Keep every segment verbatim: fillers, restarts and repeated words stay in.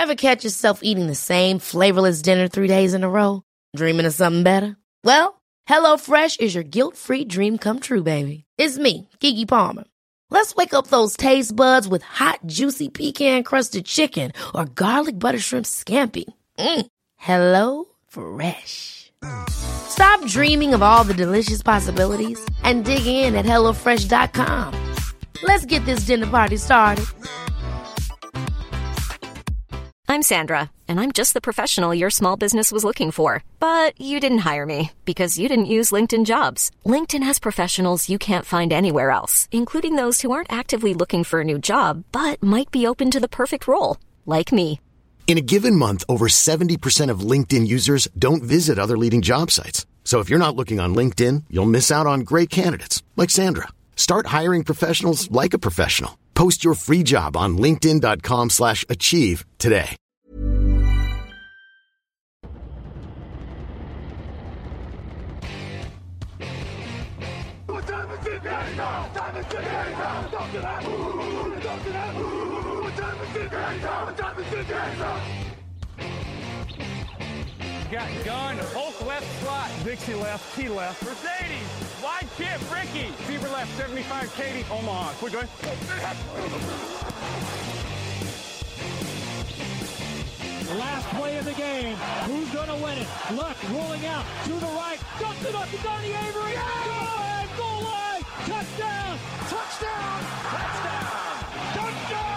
Ever catch yourself eating the same flavorless dinner three days in a row? Dreaming of something better? Well, HelloFresh is your guilt-free dream come true, baby. It's me, Keke Palmer. Let's wake up those taste buds with hot, juicy pecan-crusted chicken or garlic butter shrimp scampi. Mm. Hello Fresh. Stop dreaming of all the delicious possibilities and dig in at hello fresh dot com. Let's get this dinner party started. I'm Sandra, and I'm just the professional your small business was looking for. But you didn't hire me because you didn't use LinkedIn Jobs. LinkedIn has professionals you can't find anywhere else, including those who aren't actively looking for a new job, but might be open to the perfect role, like me. In a given month, over seventy percent of LinkedIn users don't visit other leading job sites. So if you're not looking on LinkedIn, you'll miss out on great candidates, like Sandra. Start hiring professionals like a professional. Post your free job on linkedin dot com slash achieve today. Got gun, Hulk left slot, Dixie left, T left, Mercedes, wide chip, Ricky, Fever left, seventy-five, Katie, Omaha, quick going. The last play of the game, who's gonna win it? Luck rolling out to the right, dumps it up to Donnie Avery, go ahead, goal line, touchdown, touchdown, touchdown, touchdown!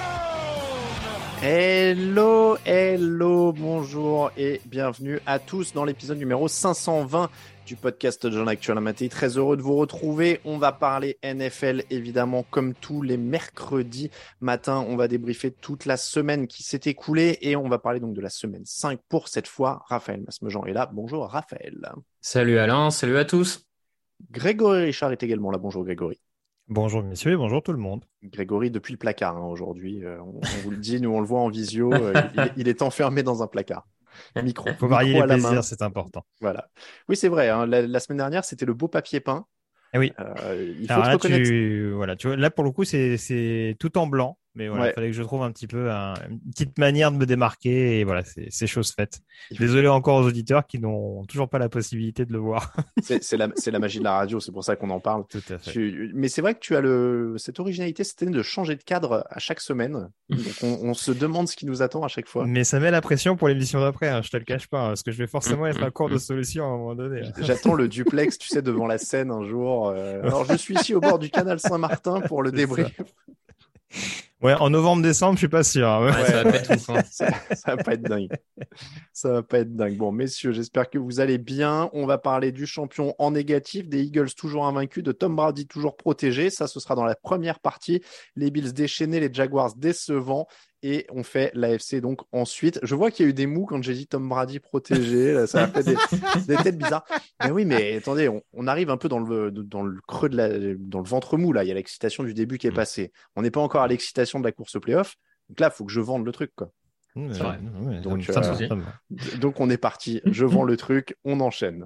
Hello, hello, bonjour et bienvenue à tous dans l'épisode numéro cinq cent vingt du podcast John Actuel Amaté. Très heureux de vous retrouver. On va parler N F L évidemment comme tous les mercredis matin. On va débriefer toute la semaine qui s'est écoulée et on va parler donc de la semaine cinq pour cette fois. Raphaël Masmejean est là. Bonjour Raphaël. Salut Alain, salut à tous. Grégory Richard est également là. Bonjour Grégory. Bonjour messieurs et bonjour tout le monde. Grégory depuis le placard hein, aujourd'hui. Euh, on, on vous le dit, nous on le voit en visio. Euh, il, il est enfermé dans un placard. Micro. Il faut varier micro les à la plaisirs, main. c'est important. Voilà. Oui, c'est vrai. Hein, la, la semaine dernière, c'était le beau papier peint. Eh oui. Euh, il faut Alors te là, reconnaître. tu... Voilà, tu vois, là, pour le coup, c'est, c'est tout en blanc. Mais voilà, il Ouais. fallait que je trouve un petit peu un... une petite manière de me démarquer. Et voilà, c'est, c'est chose faite. Il faut- Désolé encore aux auditeurs qui n'ont toujours pas la possibilité de le voir. C'est, c'est, la, c'est la magie de la radio, c'est pour ça qu'on en parle. Tout à fait. Tu- Mais c'est vrai que tu as le... cette originalité, c'était de changer de cadre à chaque semaine. Donc on, on se demande ce qui nous attend à chaque fois. Mais ça met la pression pour l'émission d'après, hein, je te le cache pas, hein, parce que je vais forcément être à court de solutions à un moment donné. hein. J'attends le duplex, tu sais, devant la scène un jour. Euh, Alors je suis ici au bord du canal Saint-Martin pour le C'est débrief. Ouais, en novembre-décembre, je suis pas sûr. hein. Ouais, ça va pas être ouf, hein. ça, ça va pas être dingue. Ça va pas être dingue. Bon, messieurs, j'espère que vous allez bien. On va parler du champion en négatif, des Eagles toujours invaincus, de Tom Brady toujours protégé. Ça, ce sera dans la première partie. Les Bills déchaînés, les Jaguars décevants. Et on fait l'A F C donc ensuite. Je vois qu'il y a eu des mous quand j'ai dit Tom Brady protégé. Là, ça a fait des, des têtes bizarres. Mais oui, mais attendez, on, on arrive un peu dans le, dans le creux de la, dans le ventre mou. Là, il y a l'excitation du début qui est passée. On n'est pas encore à l'excitation de la course au playoff. Donc là, il faut que je vende le truc, quoi. Mmh, C'est vrai. ouais, ouais, Donc, ça me- euh, ça me- ça me- Donc on est parti. Je vends le truc. On enchaîne.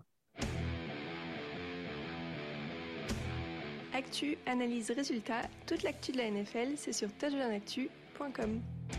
Actu, analyse, résultat, toute l'actu de la N F L, c'est sur touchdown actu point com.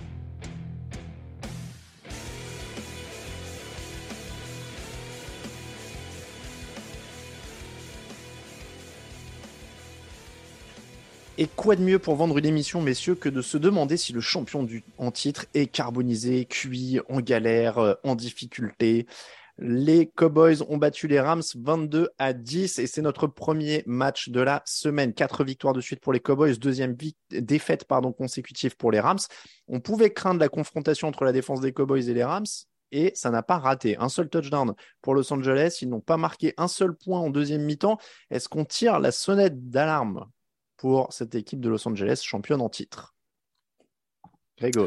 Et quoi de mieux pour vendre une émission, messieurs, que de se demander si le champion du, en titre est carbonisé, cuit, en galère, euh, en difficulté. Les Cowboys ont battu les Rams vingt-deux à dix et c'est notre premier match de la semaine. Quatre victoires de suite pour les Cowboys, deuxième vi- défaite pardon, consécutive pour les Rams. On pouvait craindre la confrontation entre la défense des Cowboys et les Rams et ça n'a pas raté. Un seul touchdown pour Los Angeles. Ils n'ont pas marqué un seul point en deuxième mi-temps. Est-ce qu'on tire la sonnette d'alarme pour cette équipe de Los Angeles, championne en titre? Grégory.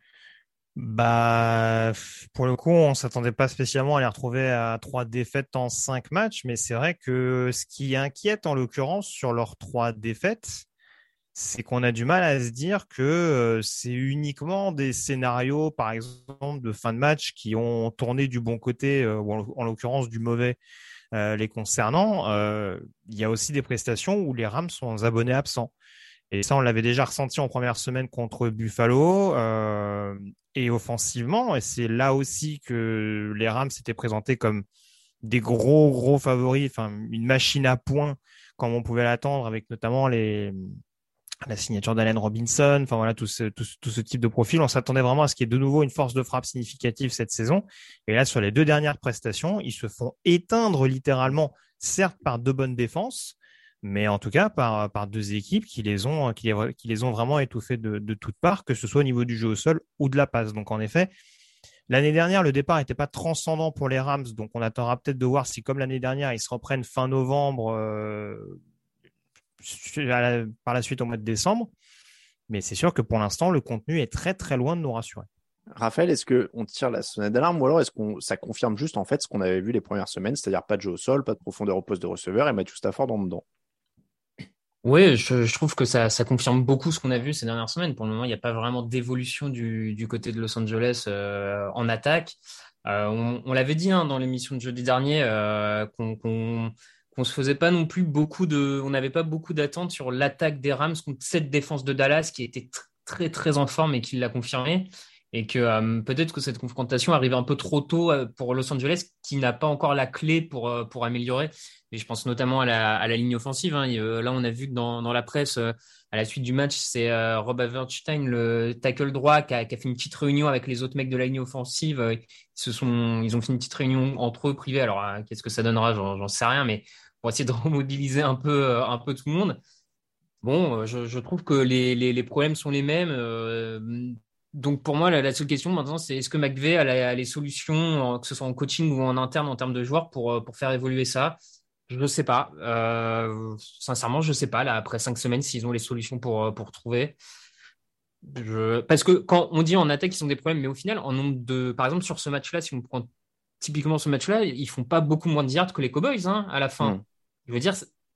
Bah, pour le coup, on s'attendait pas spécialement à les retrouver à trois défaites en cinq matchs, mais c'est vrai que ce qui inquiète en l'occurrence sur leurs trois défaites, c'est qu'on a du mal à se dire que euh, c'est uniquement des scénarios, par exemple, de fin de match qui ont tourné du bon côté, euh, ou en, en l'occurrence du mauvais euh, les concernant. Euh, il y a aussi des prestations où les Rams sont abonnés absents. Et ça, on l'avait déjà ressenti en première semaine contre Buffalo. Euh, et offensivement, et c'est là aussi que les Rams s'étaient présentés comme des gros, gros favoris, enfin, une machine à points, comme on pouvait l'attendre, avec notamment les, la signature d'Allen Robinson, enfin voilà, tout ce, tout, tout ce type de profil. On s'attendait vraiment à ce qu'il y ait de nouveau une force de frappe significative cette saison. Et là, sur les deux dernières prestations, ils se font éteindre littéralement, certes par deux bonnes défenses, mais en tout cas par, par deux équipes qui les ont, qui les, qui les ont vraiment étouffés de, de toutes parts, que ce soit au niveau du jeu au sol ou de la passe. Donc en effet, l'année dernière, le départ n'était pas transcendant pour les Rams, donc on attendra peut-être de voir si, comme l'année dernière, ils se reprennent fin novembre, euh, la, par la suite au mois de décembre. Mais c'est sûr que pour l'instant, le contenu est très très loin de nous rassurer. Raphaël, est-ce qu'on tire la sonnette d'alarme ou alors est-ce que ça confirme juste en fait ce qu'on avait vu les premières semaines, c'est-à-dire pas de jeu au sol, pas de profondeur au poste de receveur et Matthew Stafford en dedans? Oui, je, je trouve que ça, ça confirme beaucoup ce qu'on a vu ces dernières semaines. Pour le moment, il n'y a pas vraiment d'évolution du, du côté de Los Angeles euh, en attaque. Euh, on on l'avait dit hein, dans l'émission de jeudi dernier euh, qu'on qu'on qu'on se faisait pas non plus beaucoup de, on n'avait pas beaucoup d'attentes sur l'attaque des Rams contre cette défense de Dallas qui était tr- très très en forme et qui l'a confirmé. Et que euh, peut-être que cette confrontation arrive un peu trop tôt euh, pour Los Angeles, qui n'a pas encore la clé pour euh, pour améliorer. Et je pense notamment à la, à la ligne offensive. Hein. Et, euh, là, on a vu que dans, dans la presse, euh, à la suite du match, c'est euh, Rob Haverstein, le tackle droit, qui a, qui a fait une petite réunion avec les autres mecs de la ligne offensive. Euh, ils, se sont, ils ont fait une petite réunion entre eux privée. Alors, euh, qu'est-ce que ça donnera? J'en, j'en sais rien, mais pour essayer de remobiliser un peu, euh, un peu tout le monde. Bon, euh, je, je trouve que les, les, les problèmes sont les mêmes. Euh, donc pour moi, la, la seule question maintenant, c'est est-ce que McVay a, la- a les solutions, euh, que ce soit en coaching ou en interne en termes de joueurs, pour, euh, pour faire évoluer ça? Je ne sais pas. Euh, sincèrement, je ne sais pas, là, après cinq semaines, s'ils ont les solutions pour, euh, pour trouver. Je... Parce que quand on dit en attaque qu'ils ont des problèmes, mais au final, en nombre de... par exemple, sur ce match-là, si on prend typiquement ce match-là, ils font pas beaucoup moins de yards que les Cowboys hein, à la fin. Hmm. Je veux dire,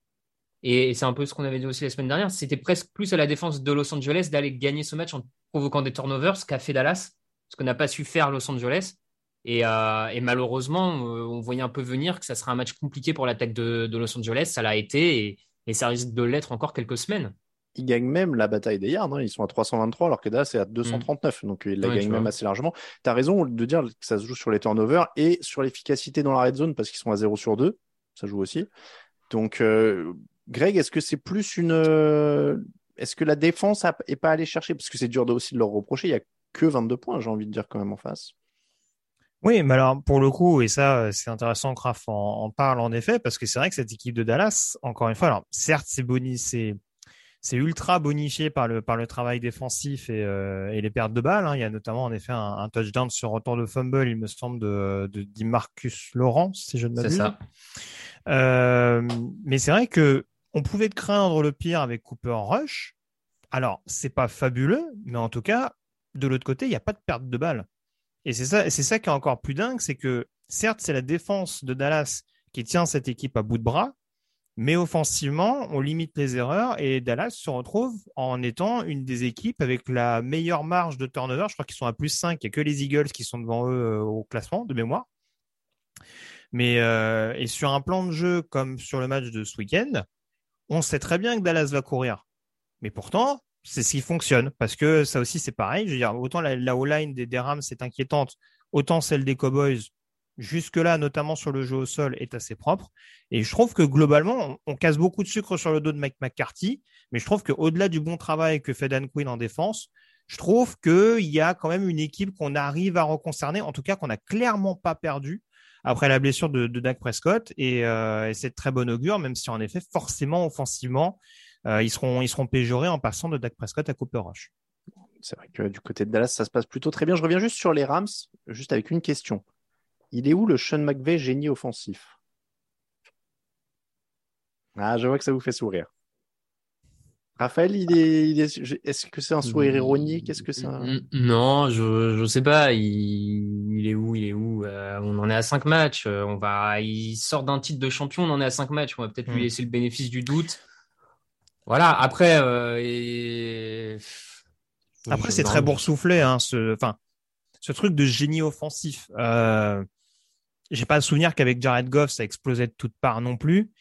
et c'est un peu ce qu'on avait dit aussi la semaine dernière, c'était presque plus à la défense de Los Angeles d'aller gagner ce match en provoquant des turnovers, ce qu'a fait Dallas, ce qu'on n'a pas su faire Los Angeles. Et, euh, et malheureusement, euh, on voyait un peu venir que ça serait un match compliqué pour l'attaque de, de Los Angeles. Ça l'a été et, et ça risque de l'être encore quelques semaines. Ils gagnent même la bataille des yards, hein. Ils sont à trois cent vingt-trois alors que Dallas est à deux cent trente-neuf, Mmh. donc ils la Ouais, gagnent tu même vois. assez largement. Tu as raison de dire que ça se joue sur les turnovers et sur l'efficacité dans la red zone parce qu'ils sont à zéro sur deux, ça joue aussi. Donc, euh, Greg, est-ce que c'est plus une. euh, Est-ce que la défense a- est pas allée chercher? Parce que c'est dur de- aussi de leur reprocher. Il n'y a que vingt-deux points, j'ai envie de dire, quand même en face. Oui, mais alors pour le coup, et ça euh, c'est intéressant que Raph en, en parle en effet, parce que c'est vrai que cette équipe de Dallas, encore une fois, alors certes c'est boni, c'est c'est ultra bonifié par le par le travail défensif et, euh, et les pertes de balles. Hein. Il y a notamment en effet un, un touchdown sur retour de fumble, il me semble, de de DeMarcus Lawrence, si je ne C'est m'abuse. ça. Euh, mais c'est vrai que on pouvait craindre le pire avec Cooper Rush. Alors c'est pas fabuleux, mais en tout cas de l'autre côté il n'y a pas de perte de balles. Et c'est ça, c'est ça qui est encore plus dingue, c'est que certes, c'est la défense de Dallas qui tient cette équipe à bout de bras, mais offensivement, on limite les erreurs et Dallas se retrouve en étant une des équipes avec la meilleure marge de turnover. Je crois qu'ils sont à plus cinq, il n'y a que les Eagles qui sont devant eux euh, au classement de mémoire. Mais euh, et sur un plan de jeu comme sur le match de ce week-end, on sait très bien que Dallas va courir. Mais pourtant, c'est ce qui fonctionne. Parce que ça aussi, c'est pareil. Je veux dire, autant la, la O-line des, des Rams est inquiétante, autant celle des Cowboys, jusque-là, notamment sur le jeu au sol, est assez propre. Et je trouve que globalement, on, on casse beaucoup de sucre sur le dos de Mike McCarthy. Mais je trouve qu'au-delà du bon travail que fait Dan Quinn en défense, je trouve qu'il y a quand même une équipe qu'on arrive à reconcerner, en tout cas qu'on n'a clairement pas perdu après la blessure de, de Dak Prescott. Et, euh, et c'est de très bon augure, même si en effet, forcément, offensivement, Euh, ils seront, ils seront péjorés en passant de Dak Prescott à Cooper Rush. C'est vrai que du côté de Dallas, ça se passe plutôt très bien. Je reviens juste sur les Rams, juste avec une question. Il est où le Sean McVay génie offensif? Ah, je vois que ça vous fait sourire. Raphaël, il est, il est... est-ce que c'est un sourire ironique? Est-ce que c'est un... N- Non, je je sais pas. Il, il est où? Il est où? Euh, on en est à cinq matchs. Euh, On va. Il sort d'un titre de champion. On en est à cinq matchs. On va peut-être lui Hmm. laisser le bénéfice du doute. Voilà. Après, euh, et... Après, je- c'est non, très je- boursouflé, hein, ce, enfin, ce truc de génie offensif. Euh, j'ai pas le souvenir qu'avec Jared Goff, ça explosait de toutes parts non plus.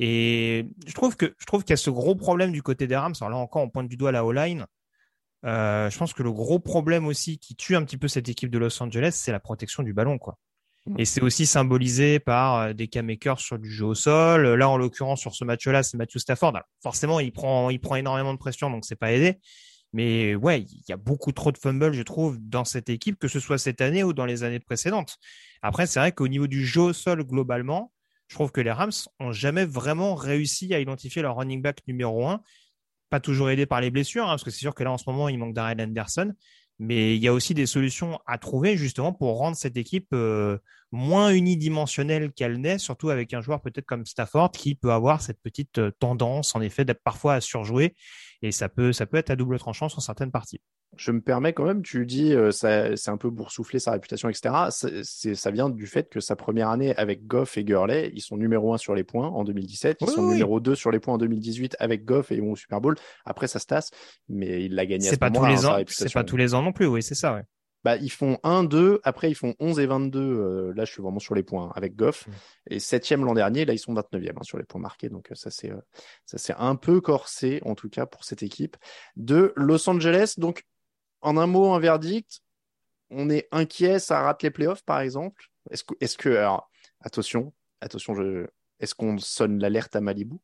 Et je trouve que je trouve qu'il y a ce gros problème du côté des Rams. Alors là encore, on pointe du doigt la O-line. Euh, je pense que le gros problème aussi qui tue un petit peu cette équipe de Los Angeles, c'est la protection du ballon, quoi. Et c'est aussi symbolisé par des K-makers sur du jeu au sol. Là, en l'occurrence, sur ce match-là, c'est Matthew Stafford. Alors, forcément, il prend, il prend énormément de pression, donc c'est pas aidé. Mais ouais, il y a beaucoup trop de fumbles, je trouve, dans cette équipe, que ce soit cette année ou dans les années précédentes. Après, c'est vrai qu'au niveau du jeu au sol, globalement, je trouve que les Rams ont jamais vraiment réussi à identifier leur running back numéro un. Pas toujours aidé par les blessures, hein, parce que c'est sûr que là, en ce moment, il manque Darrell Henderson. Mais il y a aussi des solutions à trouver justement pour rendre cette équipe euh, moins unidimensionnelle qu'elle n'est, surtout avec un joueur peut-être comme Stafford qui peut avoir cette petite euh, tendance en effet d'être parfois à surjouer et ça peut, ça peut être à double tranchant sur certaines parties. Je me permets quand même, tu dis euh, ça, c'est un peu boursoufler sa réputation, et cetera. C'est, c'est, ça vient du fait que sa première année avec Goff et Gurley, ils sont numéro un sur les points en deux mille dix-sept, ils oui, sont oui. numéro deux sur les points en deux mille dix-huit avec Goff et ils vont au Super Bowl. Après, ça se tasse, mais il l'a gagné C'est à ce pas tous moment-là, les hein, sa ans, réputation. c'est pas tous les ans non plus, oui, c'est ça, ouais. Bah, ils font un deux, après ils font onze et vingt-deux, euh, là je suis vraiment sur les points hein, avec Goff, mmh. et septième l'an dernier, là ils sont vingt-neuvième hein, sur les points marqués, donc ça c'est, euh, ça c'est un peu corsé en tout cas pour cette équipe de Los Angeles. Donc en un mot, un verdict, on est inquiet, ça rate les playoffs par exemple. Est-ce que, est-ce que alors, attention, attention, je, est-ce qu'on sonne l'alerte à Malibu?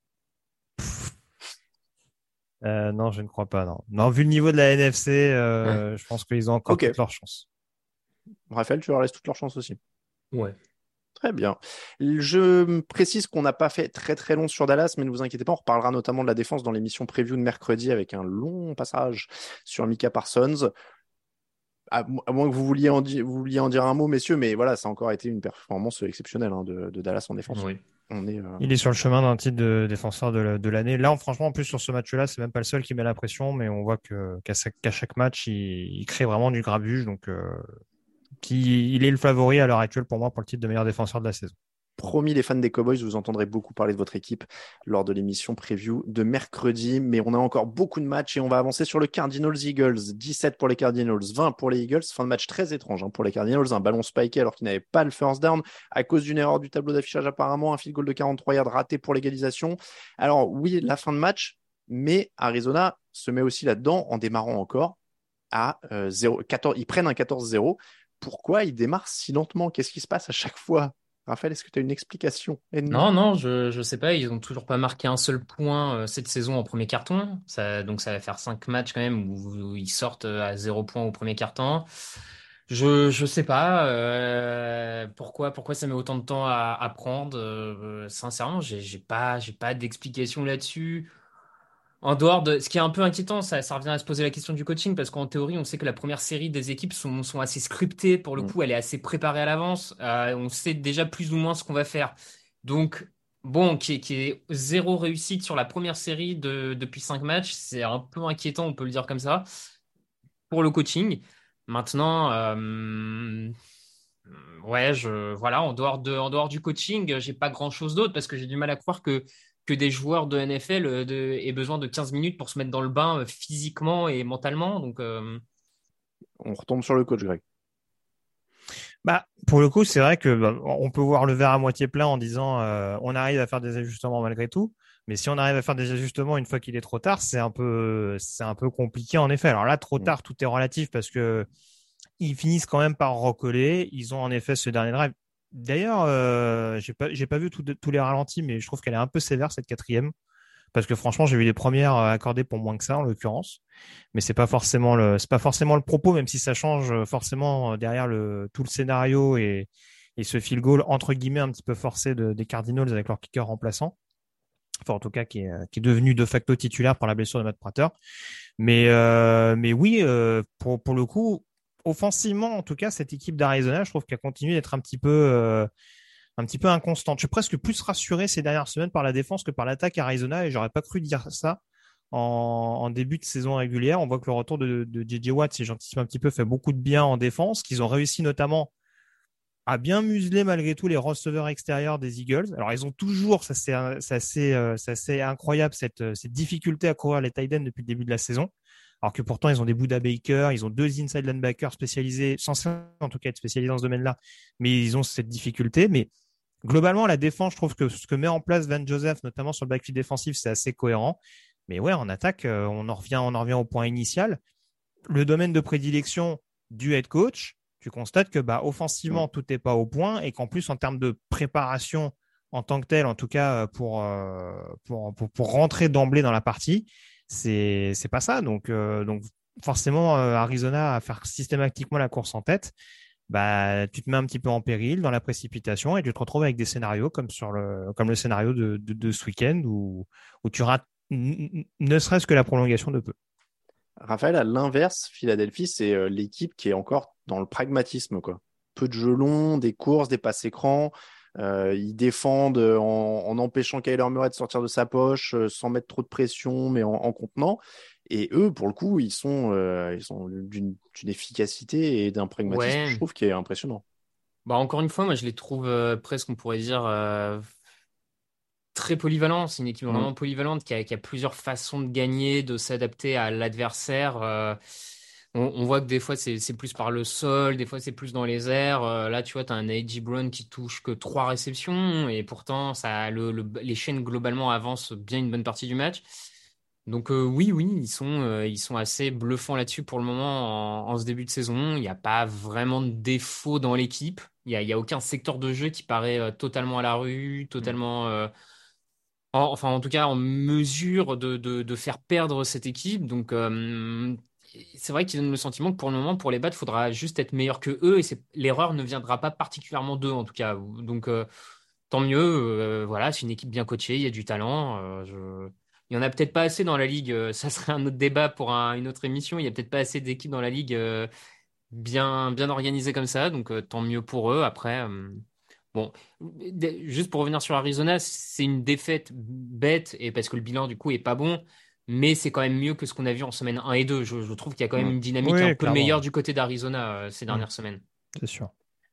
Euh, non, je ne crois pas. Non, non vu le niveau de la N F C, euh, ouais. je pense qu'ils ont encore okay. toutes leurs chances. Raphaël, tu leur laisses toutes leurs chances aussi. Ouais. Très bien. Je précise qu'on n'a pas fait très très long sur Dallas, mais ne vous inquiétez pas, on reparlera notamment de la défense dans l'émission preview de mercredi avec un long passage sur Micah Parsons. À, à moins que vous vouliez, en di- vous vouliez en dire un mot, messieurs, mais voilà, ça a encore été une performance exceptionnelle hein, de, de Dallas en défense. Oui. On est, euh... Il est sur le chemin d'un titre de défenseur de, de l'année. Là, on, franchement, en plus sur ce match-là, c'est même pas le seul qui met la pression, mais on voit que, qu'à, chaque, qu'à chaque match, il, il crée vraiment du grabuge. Donc, euh, qui, il est le favori à l'heure actuelle pour moi pour le titre de meilleur défenseur de la saison. Promis, les fans des Cowboys, vous entendrez beaucoup parler de votre équipe lors de l'émission preview de mercredi, mais on a encore beaucoup de matchs et on va avancer sur le Cardinals-Eagles. dix-sept pour les Cardinals, vingt pour les Eagles. Fin de match très étrange hein, pour les Cardinals. Un ballon spiké alors qu'ils n'avaient pas le first down à cause d'une erreur du tableau d'affichage apparemment. Un field goal de quarante-trois yards raté pour l'égalisation. Alors oui, la fin de match, mais Arizona se met aussi là-dedans en démarrant encore à euh, zéro, quatorze. Ils prennent un quatorze zéro. Pourquoi ils démarrent si lentement? Qu'est-ce qui se passe à chaque fois? Raphaël, est-ce que tu as une explication? Non, non, je je sais pas. Ils ont toujours pas marqué un seul point euh, cette saison en premier quart-temps. Ça, donc ça va faire cinq matchs quand même où, où ils sortent à zéro point au premier quart-temps. Je je sais pas euh, pourquoi pourquoi ça met autant de temps à, à prendre. Euh, sincèrement, j'ai j'ai pas j'ai pas d'explication là-dessus. En dehors de ce qui est un peu inquiétant, ça, ça revient à se poser la question du coaching parce qu'en théorie, on sait que la première série des équipes sont, sont assez scriptées. Pour le coup, elle est assez préparée à l'avance. Euh, on sait déjà plus ou moins ce qu'on va faire. Donc, bon, qui est, qui est zéro réussite sur la première série de, depuis cinq matchs, c'est un peu inquiétant, on peut le dire comme ça, pour le coaching. Maintenant, euh, ouais, je, voilà, en dehors de, en dehors du coaching, j'ai pas grand-chose d'autre parce que j'ai du mal à croire que que des joueurs de N F L de, aient besoin de quinze minutes pour se mettre dans le bain euh, physiquement et mentalement. Donc, euh... on retombe sur le coach, Greg. Bah, pour le coup, c'est vrai que bah, on peut voir le verre à moitié plein en disant euh, on arrive à faire des ajustements malgré tout. Mais si on arrive à faire des ajustements une fois qu'il est trop tard, c'est un peu, c'est un peu compliqué en effet. Alors là, trop tard, mmh. tout est relatif parce que ils finissent quand même par recoller. Ils ont en effet ce dernier drive. D'ailleurs, euh, j'ai pas, j'ai pas vu tous les ralentis, mais je trouve qu'elle est un peu sévère cette quatrième, parce que franchement, j'ai vu les premières accordées pour moins que ça en l'occurrence, mais c'est pas forcément le, c'est pas forcément le propos, même si ça change forcément derrière le tout le scénario et et ce field goal entre guillemets un petit peu forcé de, des Cardinals avec leur kicker remplaçant, enfin en tout cas qui est qui est devenu de facto titulaire pour la blessure de Matt Prater, mais euh, mais oui, euh, pour pour le coup. Offensivement, en tout cas, cette équipe d'Arizona, je trouve qu'elle continue d'être un petit peu, euh, un petit peu inconstante. Je suis presque plus rassuré ces dernières semaines par la défense que par l'attaque Arizona, et j'aurais pas cru dire ça en, en début de saison régulière. On voit que le retour de, de J J Watt, si j'anticipe un petit peu, fait beaucoup de bien en défense, qu'ils ont réussi notamment à bien museler malgré tout les receveurs extérieurs des Eagles. Alors, ils ont toujours, ça c'est, ça c'est, euh, ça c'est incroyable, cette, cette difficulté à courir les tight ends depuis le début de la saison. Alors que pourtant, ils ont des Buda Baker, ils ont deux inside linebackers spécialisés, censés en tout cas être spécialisés dans ce domaine-là, mais ils ont cette difficulté. Mais globalement, la défense, je trouve que ce que met en place Van Joseph, notamment sur le backfield défensif, c'est assez cohérent. Mais ouais, en attaque, euh, on en revient, on en revient au point initial. Le domaine de prédilection du head coach, tu constates que bah, offensivement, tout n'est pas au point et qu'en plus, en termes de préparation en tant que telle, en tout cas pour, euh, pour, pour, pour rentrer d'emblée dans la partie, c'est, c'est pas ça. Donc, euh, donc forcément, euh, Arizona à faire systématiquement la course en tête, bah, tu te mets un petit peu en péril dans la précipitation et tu te retrouves avec des scénarios comme, sur le, comme le scénario de, de, de ce week-end où, où tu rates n- ne serait-ce que la prolongation de peu. Raphaël, à l'inverse, Philadelphie, c'est euh, l'équipe qui est encore dans le pragmatisme, quoi. Peu de jeux longs, des courses, des passes écrans. Euh, ils défendent euh, en, en empêchant Kyler Murray de sortir de sa poche, euh, sans mettre trop de pression, mais en, en contenant. Et eux, pour le coup, ils sont, euh, ils sont d'une, d'une efficacité et d'un pragmatisme, je Ouais, trouve, qui est impressionnant. bah encore une fois, moi je les trouve euh, presque, on pourrait dire, euh, très polyvalents. C'est une équipe Mm. vraiment polyvalente qui a, qui a plusieurs façons de gagner, de s'adapter à l'adversaire. Euh, on, on voit que des fois c'est c'est plus par le sol, des fois c'est plus dans les airs. Euh, là, tu vois, tu as un A J Brown qui touche que trois réceptions et pourtant ça, le, le- les chaînes globalement avancent bien une bonne partie du match. Donc euh, oui, oui, ils sont, euh, ils sont assez bluffants là-dessus pour le moment en, en ce début de saison. Il n'y a pas vraiment de défaut dans l'équipe. Il n'y a, il y a aucun secteur de jeu qui paraît euh, totalement à la rue, Mm. totalement, euh, en- enfin en tout cas en mesure de, de, de faire perdre cette équipe. Donc euh, c'est vrai qu'ils donnent le sentiment que pour le moment, pour les battre, il faudra juste être meilleur que eux et c'est, l'erreur ne viendra pas particulièrement d'eux en tout cas. Donc euh, tant mieux. Euh, voilà, c'est une équipe bien coachée, il y a du talent. Euh, je... Il y en a peut-être pas assez dans la ligue. euh, Ça serait un autre débat pour un- une autre émission. Il y a peut-être pas assez d'équipes dans la ligue euh, bien, bien organisées comme ça. Donc euh, tant mieux pour eux. Après, euh, bon, d- juste pour revenir sur Arizona, c'est une défaite bête et parce que le bilan du coup est pas bon. Mais c'est quand même mieux que ce qu'on a vu en semaine un et deux. Je, je trouve qu'il y a quand même Mm. une dynamique un Oui, peu meilleure clairement. du côté d'Arizona euh, ces Mm, dernières semaines. c'est sûr.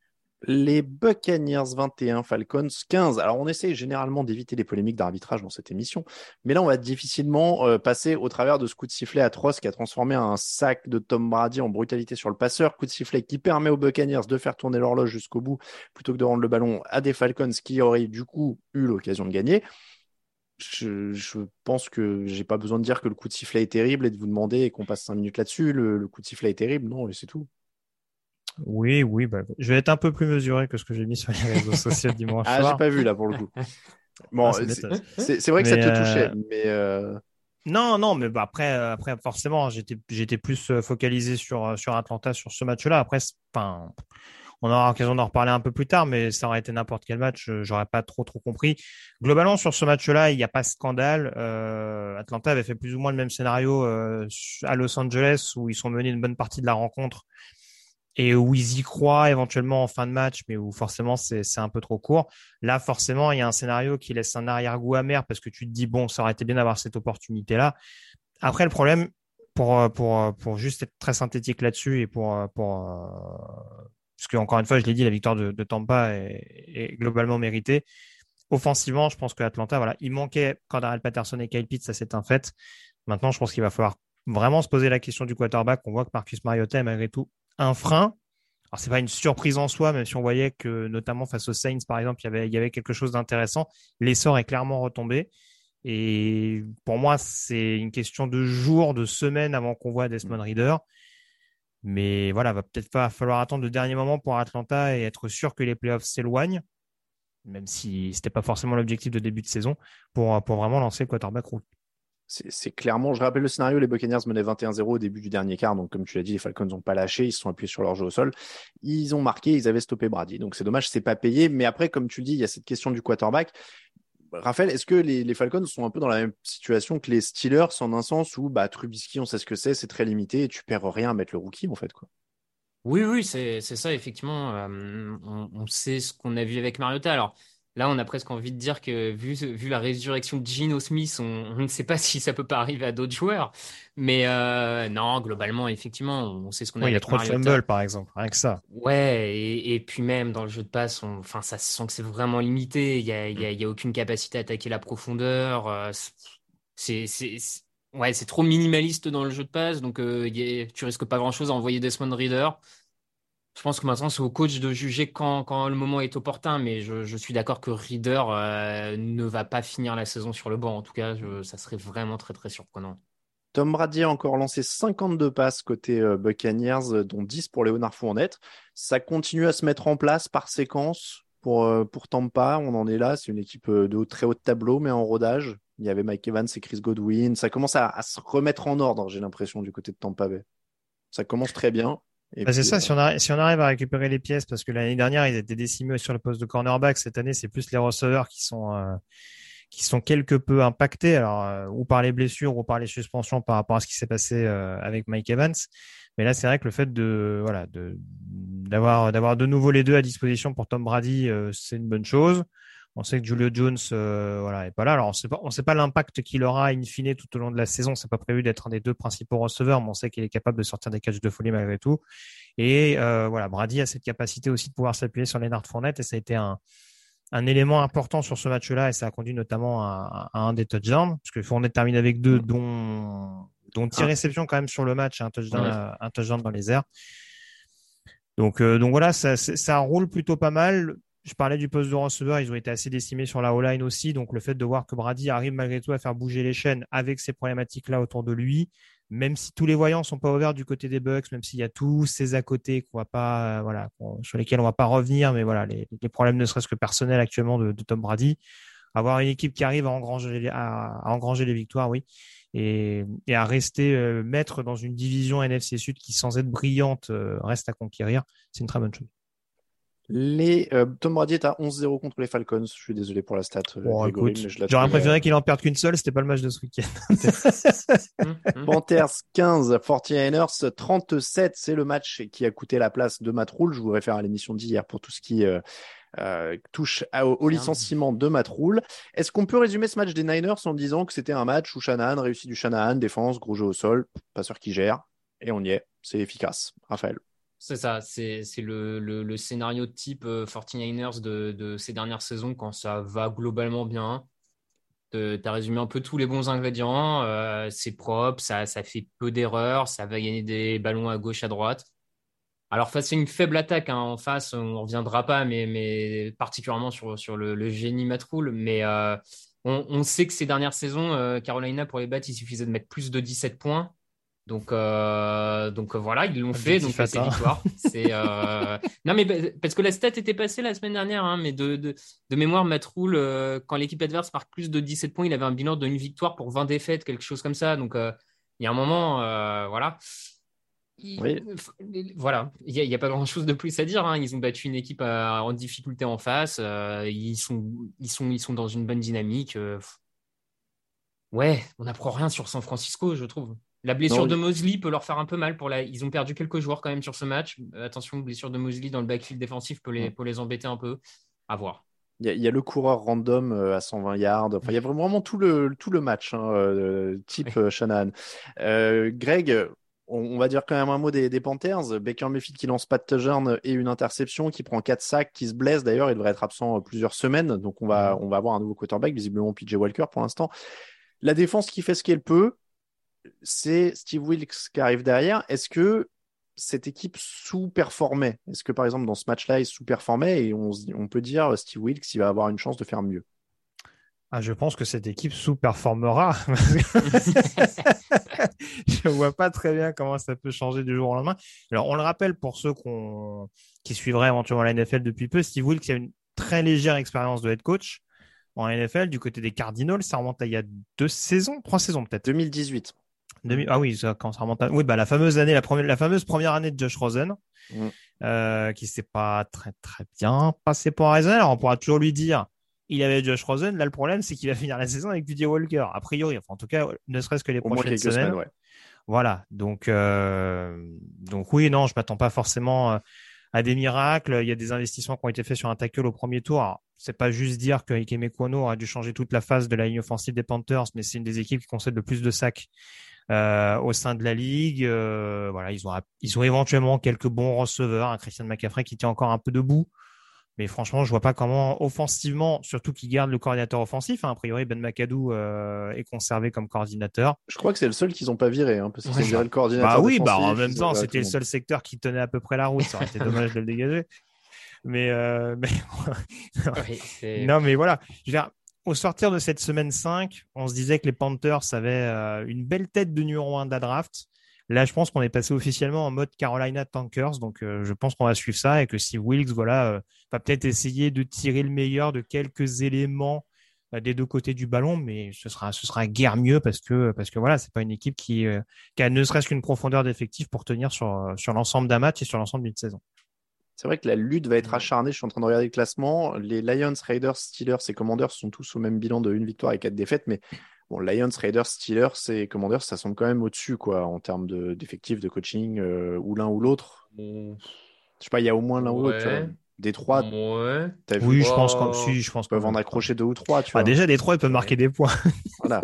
Les Buccaneers vingt et un, Falcons quinze. Alors, on essaye généralement d'éviter les polémiques d'arbitrage dans cette émission, mais là, on va difficilement euh, passer au travers de ce coup de sifflet atroce qui a transformé un sac de Tom Brady en brutalité sur le passeur. Coup de sifflet qui permet aux Buccaneers de faire tourner l'horloge jusqu'au bout plutôt que de rendre le ballon à des Falcons qui auraient du coup eu l'occasion de gagner. Je, je pense que j'ai pas besoin de dire que le coup de sifflet est terrible et de vous demander qu'on passe cinq minutes là-dessus. Le, le coup de sifflet est terrible, non, et c'est tout. Oui, oui, bah, je vais être un peu plus mesuré que ce que j'ai mis sur les réseaux sociaux dimanche Ah, j'ai soir. pas vu là pour le coup. Ah, Bon, ça c'est m'étonne. c'est- c'est vrai que ça Mais te touchait, euh, mais euh, non, non, mais bah, après, euh, après, forcément, j'étais, j'étais plus euh, focalisé sur, euh, sur Atlanta, sur ce match-là. Après, c'est- enfin, on aura l'occasion d'en reparler un peu plus tard, mais ça aurait été n'importe quel match, euh, j'aurais pas trop, trop compris. Globalement, sur ce match-là, il n'y a pas de scandale. Euh, Atlanta avait fait plus ou moins le même scénario euh, à Los Angeles, où ils sont menés une bonne partie de la rencontre et où ils y croient éventuellement en fin de match, mais où forcément c'est c'est un peu trop court. Là, forcément, il y a un scénario qui laisse un arrière-goût amer parce que tu te dis, bon, ça aurait été bien d'avoir cette opportunité-là. Après, le problème, pour, pour, pour juste être très synthétique là-dessus et pour, pour, euh, parce que encore une fois, je l'ai dit, la victoire de, de Tampa est, est globalement méritée. Offensivement, je pense que Atlanta, voilà, il manquait Cordarrelle Patterson et Kyle Pitts, ça c'est un fait. Maintenant, je pense qu'il va falloir vraiment se poser la question du quarterback. On voit que Marcus Mariota est malgré tout un frein. Alors, c'est pas une surprise en soi, même si on voyait que, notamment face aux Saints, par exemple, il y avait, il y avait quelque chose d'intéressant. L'essor est clairement retombé. Et pour moi, c'est une question de jours, de semaines avant qu'on voit Desmond Ridder. Mais voilà, va peut-être pas falloir attendre le dernier moment pour Atlanta et être sûr que les playoffs s'éloignent, même si c'était pas forcément l'objectif de début de saison, pour, pour vraiment lancer le quarterback rookie. c'est c'est clairement, je rappelle le scénario, les Buccaneers menaient vingt et un zéro au début du dernier quart, donc comme tu l'as dit, les Falcons n'ont pas lâché, ils se sont appuyés sur leur jeu au sol, ils ont marqué, ils avaient stoppé Brady, donc c'est dommage, c'est pas payé, mais après, comme tu le dis, il y a cette question du quarterback. Raphaël, est-ce que les, les Falcons sont un peu dans la même situation que les Steelers, en un sens où bah, Trubisky, on sait ce que c'est, c'est très limité, et tu perds rien à mettre le rookie, en fait, quoi. Oui, oui, c'est c'est ça, effectivement. Euh, on, on sait ce qu'on a vu avec Mariota. Alors là, on a presque envie de dire que vu, vu la résurrection de Geno Smith, on, on ne sait pas si ça peut pas arriver à d'autres joueurs. Mais euh, non, globalement, effectivement, on sait ce qu'on a Oui, il y a avec trop de fumbles, Mariota. par exemple, rien que ça. Ouais, et, et puis même dans le jeu de passe, on, enfin, ça se sent que c'est vraiment limité. Il y a, il y a, il y a aucune capacité à attaquer la profondeur. euh, c'est, c'est, c'est- ouais, c'est trop minimaliste dans le jeu de passe. Donc, euh, il y a- tu risques pas grand-chose à envoyer Desmond Ridder. Je pense que maintenant, c'est au coach de juger quand, quand le moment est opportun, mais je, je suis d'accord que Reader euh, ne va pas finir la saison sur le banc. En tout cas, je, ça serait vraiment très, très surprenant. Tom Brady a encore lancé cinquante-deux passes côté euh, Buccaneers, euh, dont dix pour Leonard Fournette. Ça continue à se mettre en place par séquence pour, euh, pour Tampa. On en est là. C'est une équipe euh, de haut, très haut de tableau, mais en rodage. Il y avait Mike Evans et Chris Godwin. Ça commence à, à se remettre en ordre, j'ai l'impression, du côté de Tampa Bay. Ça commence très bien. Et Bah, c'est puis, ça, euh, si on, arrive, si on arrive à récupérer les pièces, parce que l'année dernière, ils étaient décimés sur le poste de cornerback. Cette année, c'est plus les receveurs qui sont, euh, qui sont quelque peu impactés, alors, euh, ou par les blessures ou par les suspensions par rapport à ce qui s'est passé euh, avec Mike Evans. Mais là, c'est vrai que le fait de, voilà, de, d'avoir, d'avoir de nouveau les deux à disposition pour Tom Brady, euh, c'est une bonne chose. On sait que Julio Jones, euh, voilà, est pas là. Alors, on sait pas, on sait pas l'impact qu'il aura in fine tout au long de la saison. C'est pas prévu d'être un des deux principaux receveurs, mais on sait qu'il est capable de sortir des catchs de folie malgré tout. Et euh, voilà, Brady a cette capacité aussi de pouvoir s'appuyer sur Leonard Fournette, et ça a été un, un élément important sur ce match-là, et ça a conduit notamment à, à un des touchdowns, parce que Fournette termine avec deux, dont, dont dix réceptions quand même sur le match, et un touchdown, ouais. un touchdown dans les airs. Donc, euh, donc voilà, ça, ça roule plutôt pas mal. Je parlais du poste de receveur, ils ont été assez décimés sur la O-line aussi, donc le fait de voir que Brady arrive malgré tout à faire bouger les chaînes avec ces problématiques-là autour de lui, même si tous les voyants sont pas ouverts du côté des Bucks, même s'il y a tous ces à côté qu'on va pas, euh, voilà, sur lesquels on va pas revenir, mais voilà, les, les problèmes ne serait-ce que personnels actuellement de, de Tom Brady, avoir une équipe qui arrive à engranger, à, à engranger les victoires, oui, et, et à rester euh, maître dans une division N F C Sud qui, sans être brillante, euh, reste à conquérir, c'est une très bonne chose. Les, euh, Tom Brady est à onze zéro contre les Falcons. Je suis désolé pour la stat. Bon, Grégory, écoute, mais je la j'aurais trouve, préféré euh... qu'il en perde qu'une seule, c'était pas le match de ce week-end. Panthers quinze, forty-niners trente-sept. C'est le match qui a coûté la place de Matt Rhule. Je vous réfère à l'émission d'hier pour tout ce qui euh, euh, touche à, au, au licenciement de Matt Rhule. Est-ce qu'on peut résumer ce match des Niners en disant que c'était un match où Shanahan réussit du Shanahan, défense, gros jeu au sol, passeur qui gère, et on y est. C'est efficace. Raphaël. C'est ça, c'est, c'est le, le, le scénario de type euh, forty-niners de, de ces dernières saisons quand ça va globalement bien. Tu as résumé un peu tous les bons ingrédients. Euh, c'est propre, ça, ça fait peu d'erreurs, ça va gagner des ballons à gauche, à droite. Alors, face à une faible attaque, hein, en face, on ne reviendra pas, mais, mais particulièrement sur, sur le, le génie Matt Rhule. Mais euh, on, on sait que ces dernières saisons, euh, Carolina, pour les battre, il suffisait de mettre plus de dix-sept points. Donc, euh, donc voilà, ils l'ont fait, donc c'est victoire. C'est, euh... Non, mais parce que la stat était passée la semaine dernière, hein, mais de, de, de mémoire, Matt Rhule, euh, quand l'équipe adverse marque plus de dix-sept points, il avait un bilan d'une victoire pour vingt défaites, quelque chose comme ça. Donc, euh, il y a un moment, euh, voilà. Il... Oui. Voilà, il n'y a, a pas grand-chose de plus à dire. Hein. Ils ont battu une équipe à, en difficulté en face. Euh, ils, sont, ils, sont, ils sont dans une bonne dynamique. Euh... Ouais, on n'apprend rien sur San Francisco, je trouve. La blessure non, de Mosley peut leur faire un peu mal. Pour la... Ils ont perdu quelques joueurs quand même sur ce match. Attention, blessure de Mosley dans le backfield défensif peut les, peut les embêter un peu. À voir. Il y, a, il y a le coureur random à cent vingt yards. Enfin, il y a vraiment tout le, tout le match, hein, euh, type oui. Shanahan. Euh, Greg, on, on va dire quand même un mot des, des Panthers. Baker Mayfield qui lance pas de touchdown et une interception, qui prend quatre sacs, qui se blesse. D'ailleurs, il devrait être absent plusieurs semaines. Donc, on va, on va avoir un nouveau quarterback, visiblement P J Walker pour l'instant. La défense qui fait ce qu'elle peut. C'est Steve Wilkes qui arrive derrière. Est-ce que cette équipe sous-performait? Est-ce que, par exemple, dans ce match-là, il sous-performait et on, on peut dire Steve Wilkes, il va avoir une chance de faire mieux? Ah, je pense que cette équipe sous-performera. Je vois pas très bien comment ça peut changer du jour au lendemain. Alors, on le rappelle pour ceux qu'on... qui suivraient éventuellement la N F L depuis peu, Steve Wilkes a une très légère expérience de head coach en N F L du côté des Cardinals. Ça remonte à il y a deux saisons, trois saisons peut-être. deux mille dix-huit. Ah oui, ça, quand ça remonte à... Oui, bah, la fameuse année, la première, la fameuse première année de Josh Rosen, mm. euh, qui s'est pas très, très bien passé pour Rosen. Alors, on pourra toujours lui dire, il avait Josh Rosen. Là, le problème, c'est qu'il va finir la saison avec P J Walker. A priori, enfin, en tout cas, ne serait-ce que les Au prochaines semaines. semaines, ouais. Voilà. Donc, euh, donc oui, non, je m'attends pas forcément à des miracles. Il y a des investissements qui ont été faits sur un tackle au premier tour. Alors, c'est pas juste dire que Ike Mekwonu a dû changer toute la phase de la ligne offensive des Panthers, mais c'est une des équipes qui concède le plus de sacs Euh, au sein de la ligue. Euh, voilà, ils ont ils ont éventuellement quelques bons receveurs, un Christian McCaffrey qui tient encore un peu debout, Mais franchement, je vois pas comment offensivement, surtout qu'ils gardent le coordinateur offensif. Hein, a priori, Ben McAdoo euh, est conservé comme coordinateur. Je crois que c'est le seul qu'ils n'ont pas viré, hein, parce qu'ils Ouais. ont viré le coordinateur Bah oui, défensif. bah en même ils ont temps, viré c'était tout le monde. seul secteur qui tenait à peu près la route. Ça aurait été dommage de le dégager. Mais, euh, mais... Oui, c'est- non, mais voilà. Je veux dire, au sortir de cette semaine cinq, on se disait que les Panthers avaient euh, une belle tête de numéro un de la draft. Là, je pense qu'on est passé officiellement en mode Carolina Tankers. Donc, euh, je pense qu'on va suivre ça et que si Wilkes, voilà, euh, va peut-être essayer de tirer le meilleur de quelques éléments euh, des deux côtés du ballon, mais ce sera, ce sera guère mieux parce que, parce que voilà, c'est pas une équipe qui, euh, qui a ne serait-ce qu'une profondeur d'effectif pour tenir sur, sur l'ensemble d'un match et sur l'ensemble d'une saison. C'est vrai que la lutte va être acharnée. Je suis en train de regarder le classement. Les Lions, Raiders, Steelers et Commanders sont tous au même bilan de une victoire et quatre défaites. Mais bon, Lions, Raiders, Steelers et Commanders, ça semble quand même au-dessus, quoi, en termes de, d'effectifs, de coaching, euh, ou l'un ou l'autre. Bon, Je sais pas, il y a au moins l'un ou l'autre. Tu vois. ouais, Des trois, ouais. t'as vu, Oui, ils je pense qu'en, Oh. si, je pense peuvent quand en même. accrocher deux ou trois, tu Ah, vois. déjà, Détroit, ils peuvent marquer des points. Voilà.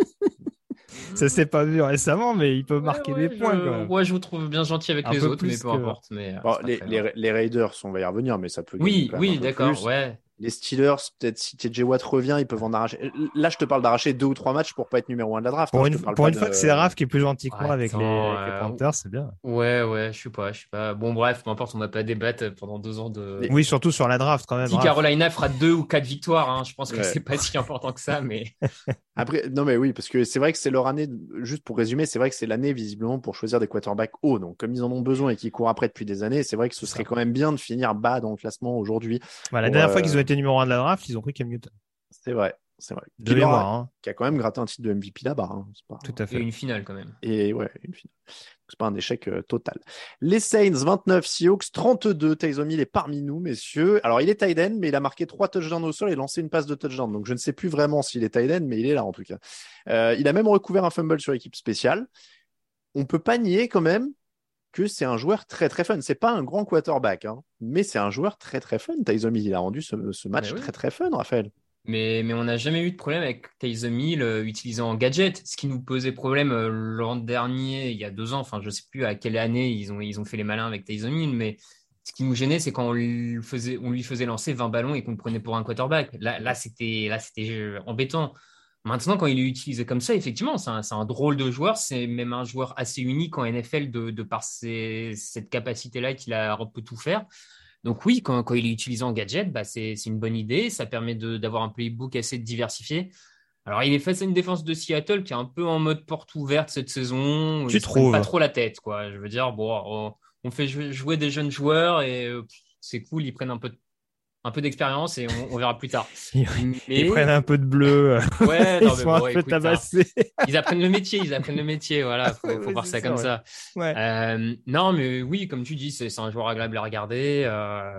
Ça s'est pas vu récemment, mais ils peuvent Ouais, marquer ouais, des points je... quand même. ouais, je vous trouve bien gentil avec Un les peu autres, mais plus peu que- importe. Mais, euh, Bon, c'est pas les, très les, grave. les Raiders, on va y revenir, mais ça peut gagner Oui, quand même oui, un peu d'accord, plus. ouais. Les Steelers, peut-être si T J Watt revient, ils peuvent en arracher. Là, je te parle d'arracher deux ou trois matchs pour pas être numéro un de la draft. Pour hein. une, Je te parle pour pas une de- fois que c'est Raph qui est plus gentil que moi avec les, Attends, avec les euh, Panthers, c'est bien. Ouais, ouais, je sais pas, je sais pas. Bon, bref, peu importe, on va pas débattre pendant deux ans de. Les- Oui, surtout sur la draft quand même. Si Raph. Carolina fera deux ou quatre victoires, hein, je pense que Ouais. c'est pas si important que ça, mais. Après, non, mais oui, parce que c'est vrai que c'est leur année, juste pour résumer, c'est vrai que c'est l'année visiblement pour choisir des quarterbacks hauts. Donc, comme ils en ont besoin et qu'ils courent après depuis des années, c'est vrai que ce serait quand même bien de finir bas dans le classement aujourd'hui. Bah, la Pour, dernière euh, fois qu'ils ont été numéro un de la draft, ils ont pris Cam Newton. C'est vrai, c'est vrai. De Qui, leur a- mémoire, hein. qui a quand même gratté un titre de M V P là-bas. hein. C'est pas... Tout à Et fait. une finale quand même. Et ouais, une finale. C'est pas un échec euh, total. Les Saints, vingt-neuf, Seahawks, trente-deux. Taysom Hill est parmi nous, messieurs. Alors, il est tight end, mais il a marqué trois touchdowns au sol et lancé une passe de touchdown. Donc, je ne sais plus vraiment s'il est tight end, mais il est là en tout cas. Euh, il a même recouvert un fumble sur l'équipe spéciale. On peut pas nier quand même que c'est un joueur très très fun. C'est pas un grand quarterback, hein, mais c'est un joueur très très fun. Taysom Hill, il a rendu ce, ce match Mais oui. très très fun, Raphaël. Mais, mais on n'a jamais eu de problème avec Taysom Hill euh, utilisant un gadget. Ce qui nous posait problème euh, l'an dernier, il y a deux ans, enfin je sais plus à quelle année ils ont, ils ont fait les malins avec Taysom Hill, mais ce qui nous gênait, c'est quand on lui faisait, on lui faisait lancer vingt ballons et qu'on le prenait pour un quarterback. Là, là c'était, là, c'était euh, embêtant. Maintenant, quand il est utilisé comme ça, effectivement, c'est un, c'est un drôle de joueur. C'est même un joueur assez unique en N F L de, de par ses, cette capacité-là qu'il a, peut tout faire. Donc oui, quand, quand il est utilisé en gadget, bah c'est, c'est une bonne idée. Ça permet de, d'avoir un playbook assez diversifié. Alors, il est face à une défense de Seattle qui est un peu en mode porte ouverte cette saison. Tu Ils se prennent trouves? pas trop la tête, quoi. Je veux dire, bon, on, on fait jouer, jouer des jeunes joueurs et euh, pff, c'est cool. Ils prennent un peu, de- un peu d'expérience et on, on verra plus tard. Ils, Mais- ils prennent un peu de bleu. Ouais, Ils non, mais sont bon, un peu écoute, hein, tabassés. ils apprennent le métier, ils apprennent le métier, voilà, faut, faut Oui, voir c'est ça ça, comme ouais. ça. Ouais. Euh, non, mais oui, comme tu dis, c'est, c'est un joueur agréable à regarder. Euh,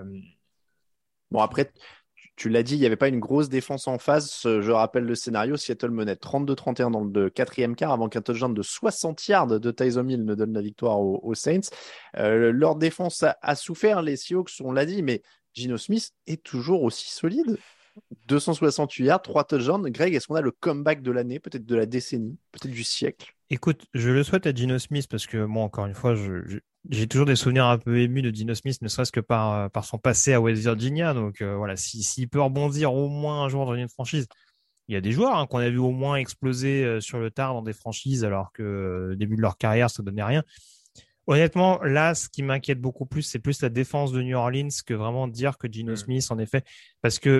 Bon, après, tu, tu l'as dit, il n'y avait pas une grosse défense en face. Euh, Je rappelle le scénario. Seattle menait trente-deux trente et un dans le de quatrième quart avant qu'un touchdown de soixante yards de Taysom Hill ne donne la victoire aux, aux Saints. Euh, leur défense a, a souffert. Les Seahawks, on l'a dit, mais Geno Smith est toujours aussi solide. deux cent soixante-huit yards, trois touchdowns. Greg, est-ce qu'on a le comeback de l'année, peut-être de la décennie, peut-être du siècle? Écoute, je le souhaite à Geno Smith parce que moi, encore une fois, je, je- j'ai toujours des souvenirs un peu émus de Geno Smith, ne serait-ce que par, euh, par son passé à West Virginia. Donc euh, voilà, si, s'il peut rebondir au moins un jour dans une franchise, il y a des joueurs hein, qu'on a vu au moins exploser euh, sur le tard dans des franchises alors que euh, au début de leur carrière, ça donnait rien. Honnêtement, là, ce qui m'inquiète beaucoup plus, c'est plus la défense de New Orleans que vraiment dire que Geno Mm. Smith, en effet, parce que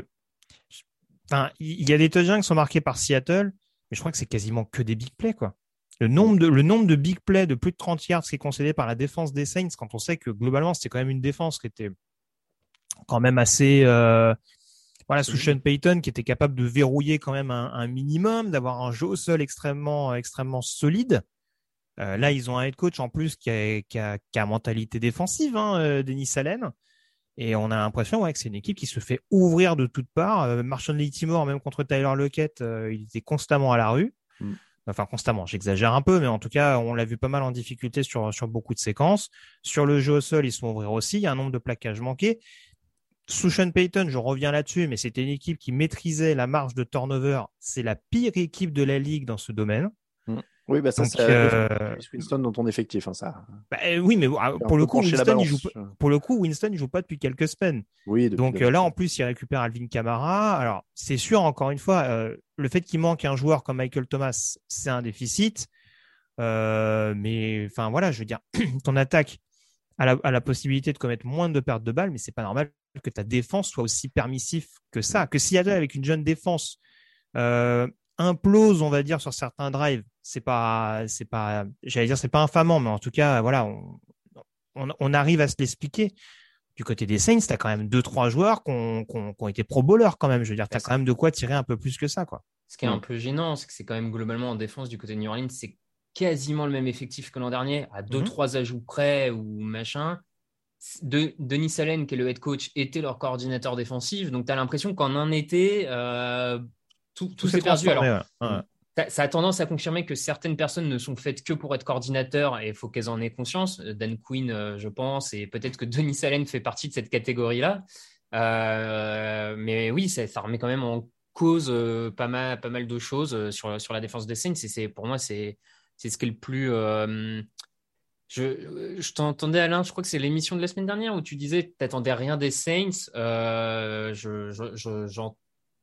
enfin, il y a des touchdowns qui sont marqués par Seattle, mais je crois que c'est quasiment que des big plays, quoi. Le nombre de, le nombre de big plays de plus de trente yards qui est concédé par la défense des Saints, quand on sait que globalement, c'était quand même une défense qui était quand même assez, euh, voilà, sous Sean Payton, qui était capable de verrouiller quand même un, un minimum, d'avoir un jeu au sol extrêmement, extrêmement solide. Euh, là, ils ont un head coach en plus qui a, qui a, qui a mentalité défensive, hein, euh, Denis Allen. Et on a l'impression ouais, que c'est une équipe qui se fait ouvrir de toutes parts. Euh, Marshall Lattimore, même contre Tyler Lockett, euh, il était constamment à la rue. Mm. Enfin, constamment, j'exagère un peu, mais en tout cas, on l'a vu pas mal en difficulté sur, sur beaucoup de séquences. Sur le jeu au sol, ils se font ouvrir aussi. Il y a un nombre de plaquages manqués. Sous Sean Payton, je reviens là-dessus, mais c'était une équipe qui maîtrisait la marge de turnover. C'est la pire équipe de la ligue dans ce domaine. Mm. Oui, bah ça, Donc, c'est euh... Winston dans ton effectif. Hein, ça. Bah, oui, mais pour le coup, Winston, il joue, pour le coup, Winston, il joue pas depuis quelques semaines. Oui, depuis Donc euh, là, en plus, il récupère Alvin Kamara. Alors, c'est sûr, encore une fois, euh, le fait qu'il manque un joueur comme Michael Thomas, c'est un déficit. Euh, mais enfin, voilà, je veux dire, ton attaque a la, a la possibilité de commettre moins de pertes de balles, mais c'est pas normal que ta défense soit aussi permissif que ça. Que Seattle, avec une jeune défense, euh, implose, on va dire, sur certains drives, c'est pas, c'est pas, j'allais dire, c'est pas infamant, mais en tout cas, voilà, on, on, on arrive à se l'expliquer. Du côté des Saints, tu as quand même deux, trois joueurs qui ont, qui ont, qui ont été pro bowlers quand même. Je veux dire, tu as quand même de quoi tirer un peu plus que ça, quoi. Ce qui est un peu gênant, c'est que c'est quand même globalement en défense du côté de New Orleans, c'est quasiment le même effectif que l'an dernier, à deux, mm-hmm. trois ajouts près ou machin. De, Denis Allen, qui est le head coach, était leur coordinateur défensif. Donc, tu as l'impression qu'en un été, euh, tout, tout, tout s'est perdu. Alors, ouais. Ouais. Ça a tendance à confirmer que certaines personnes ne sont faites que pour être coordinateurs et il faut qu'elles en aient conscience. Dan Quinn, euh, je pense, et peut-être que Denis Allen fait partie de cette catégorie-là. Euh, mais oui, ça, ça remet quand même en cause euh, pas, mal, pas mal de choses sur, sur la défense des Saints. Et c'est, pour moi, c'est, c'est ce qui est le plus... Euh, Je, je t'entendais, Alain, je crois que c'est l'émission de la semaine dernière où tu disais que tu n'attendais rien des Saints. Euh, je, je, je, j'en...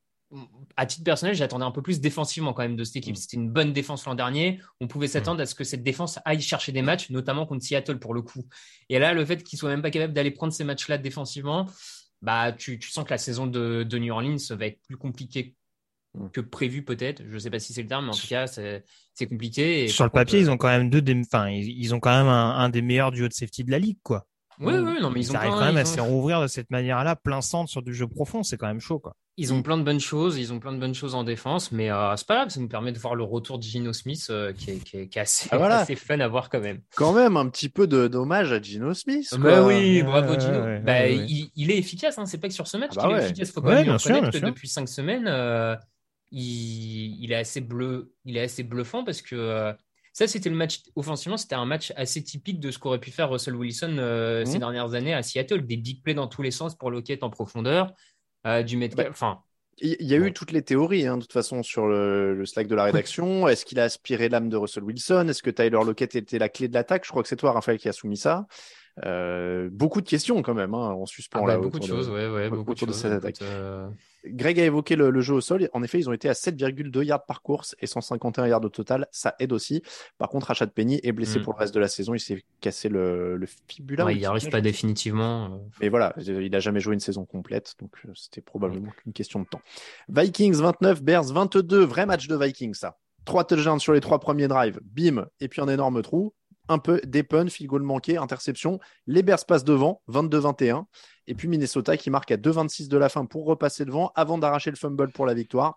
À titre personnel, j'attendais un peu plus défensivement quand même de cette équipe. C'était une bonne défense l'an dernier. On pouvait s'attendre à ce que cette défense aille chercher des matchs, notamment contre Seattle pour le coup. Et là, le fait qu'ils ne soient même pas capables d'aller prendre ces matchs-là défensivement, bah, tu, tu sens que la saison de, de New Orleans va être plus compliquée que prévu peut-être. Je ne sais pas si c'est le terme, mais en tout cas, c'est, c'est compliqué. Et sur le papier, contre, ils ont quand même deux des, enfin, ils, ils ont quand même un, un des meilleurs duos de safety de la ligue, quoi. Oui, oui, oui, non, mais ils, ils ont arrivent plein, quand même ils à ont... se rouvrir de cette manière-là, plein centre sur du jeu profond, c'est quand même chaud, quoi. Ils ont plein de bonnes choses, ils ont plein de bonnes choses en défense, mais euh, c'est pas grave, ça nous permet de voir le retour de Geno Smith euh, qui, est, qui, est, qui est assez, ah, voilà. assez fun à voir quand même. Quand même un petit peu de dommage à Geno Smith. Quoi. Bah oui, bravo ouais, Geno. Ouais, bah, ouais, ouais. Il, il est efficace, hein. C'est pas que sur ce match ah bah qu'il ouais. est efficace. Faut quand ouais, même lui reconnaître que sûr. depuis cinq semaines, euh, il, il est assez bleu, il est assez bluffant parce que euh, ça, c'était le match offensivement, c'était un match assez typique de ce qu'aurait pu faire Russell Wilson euh, mmh. ces dernières années à Seattle, des big plays dans tous les sens pour Lockett en profondeur, euh, du Metcalf, enfin. Il y a eu toutes les théories, hein, de toute façon, sur le, le Slack de la rédaction. Est-ce qu'il a aspiré l'âme de Russell Wilson? Est-ce que Tyler Lockett était la clé de l'attaque? Je crois que c'est toi, Raphaël, qui a soumis ça. Euh, beaucoup de questions quand même, hein, en suspens. Ah bah, là, beaucoup de choses, de, ouais, ouais, beaucoup autour de, de choses, cette attaque. écoute, euh... Greg a évoqué le, le jeu au sol. En effet, ils ont été à sept virgule deux yards par course et cent cinquante et un yards au total. Ça aide aussi. Par contre, Rashad Penny est blessé mm. pour le reste de la saison. Il s'est cassé le, le fibula. Ouais, il n'y arrive pas définitivement. Mais voilà, il n'a jamais joué une saison complète. Donc, c'était probablement qu'une question de temps. Vikings vingt-neuf, Bears vingt-deux. Vrai match de Vikings, ça. Trois touchdowns sur les trois premiers drives. Bim. Et puis un énorme trou. Un peu des punts, field goal manqué, interception. Les Bears passent devant, vingt-deux vingt et un. Et puis Minnesota qui marque à deux vingt-six de la fin pour repasser devant avant d'arracher le fumble pour la victoire.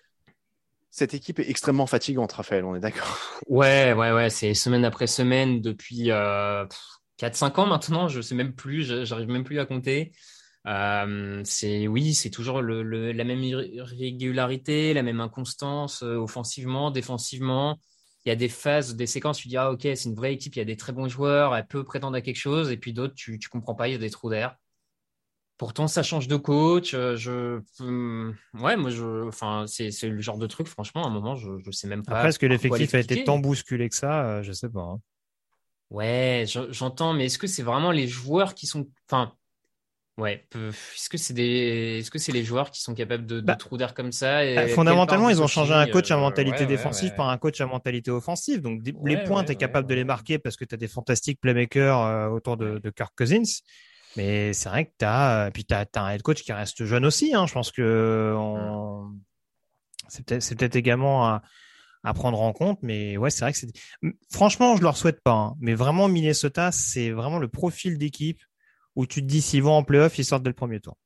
Cette équipe est extrêmement fatigante, Raphaël, on est d'accord? Ouais, ouais, ouais. C'est semaine après semaine depuis euh, quatre cinq ans maintenant. Je sais même plus, j'arrive même plus à compter. Euh, c'est, oui, c'est toujours le, le, la même irrégularité, la même inconstance, euh, offensivement, défensivement. Il y a des phases, des séquences, tu dis, ah, ok, c'est une vraie équipe, il y a des très bons joueurs, elle peut prétendre à quelque chose, et puis d'autres, tu ne comprends pas, il y a des trous d'air. Pourtant, ça change de coach. Je, euh, ouais, moi, je, enfin, c'est, c'est le genre de truc, franchement, à un moment, je ne sais même pas. Après, est-ce que l'effectif a été tant bousculé que ça? euh, Je ne sais pas. Hein. Ouais, j'entends, mais est-ce que c'est vraiment les joueurs qui sont. Enfin, ouais, est-ce que c'est des, est-ce que c'est les joueurs qui sont capables de, de bah, trous d'air comme ça et bah, fondamentalement, ils ont changé un coach à mentalité euh, ouais, défensive ouais, ouais. par un coach à mentalité offensive. Donc, des, ouais, les points, ouais, tu es ouais, capable ouais, de les marquer parce que tu as des fantastiques playmakers euh, autour de, de Kirk Cousins. Mais c'est vrai que tu as, puis tu as un head coach qui reste jeune aussi. Hein. Je pense que on... c'est peut-être, c'est peut-être également à, à prendre en compte. Mais ouais, c'est vrai que c'est. Franchement, je leur souhaite pas. Hein. Mais vraiment, Minnesota, c'est vraiment le profil d'équipe où tu te dis s'ils vont en playoff, ils sortent dès le premier tour.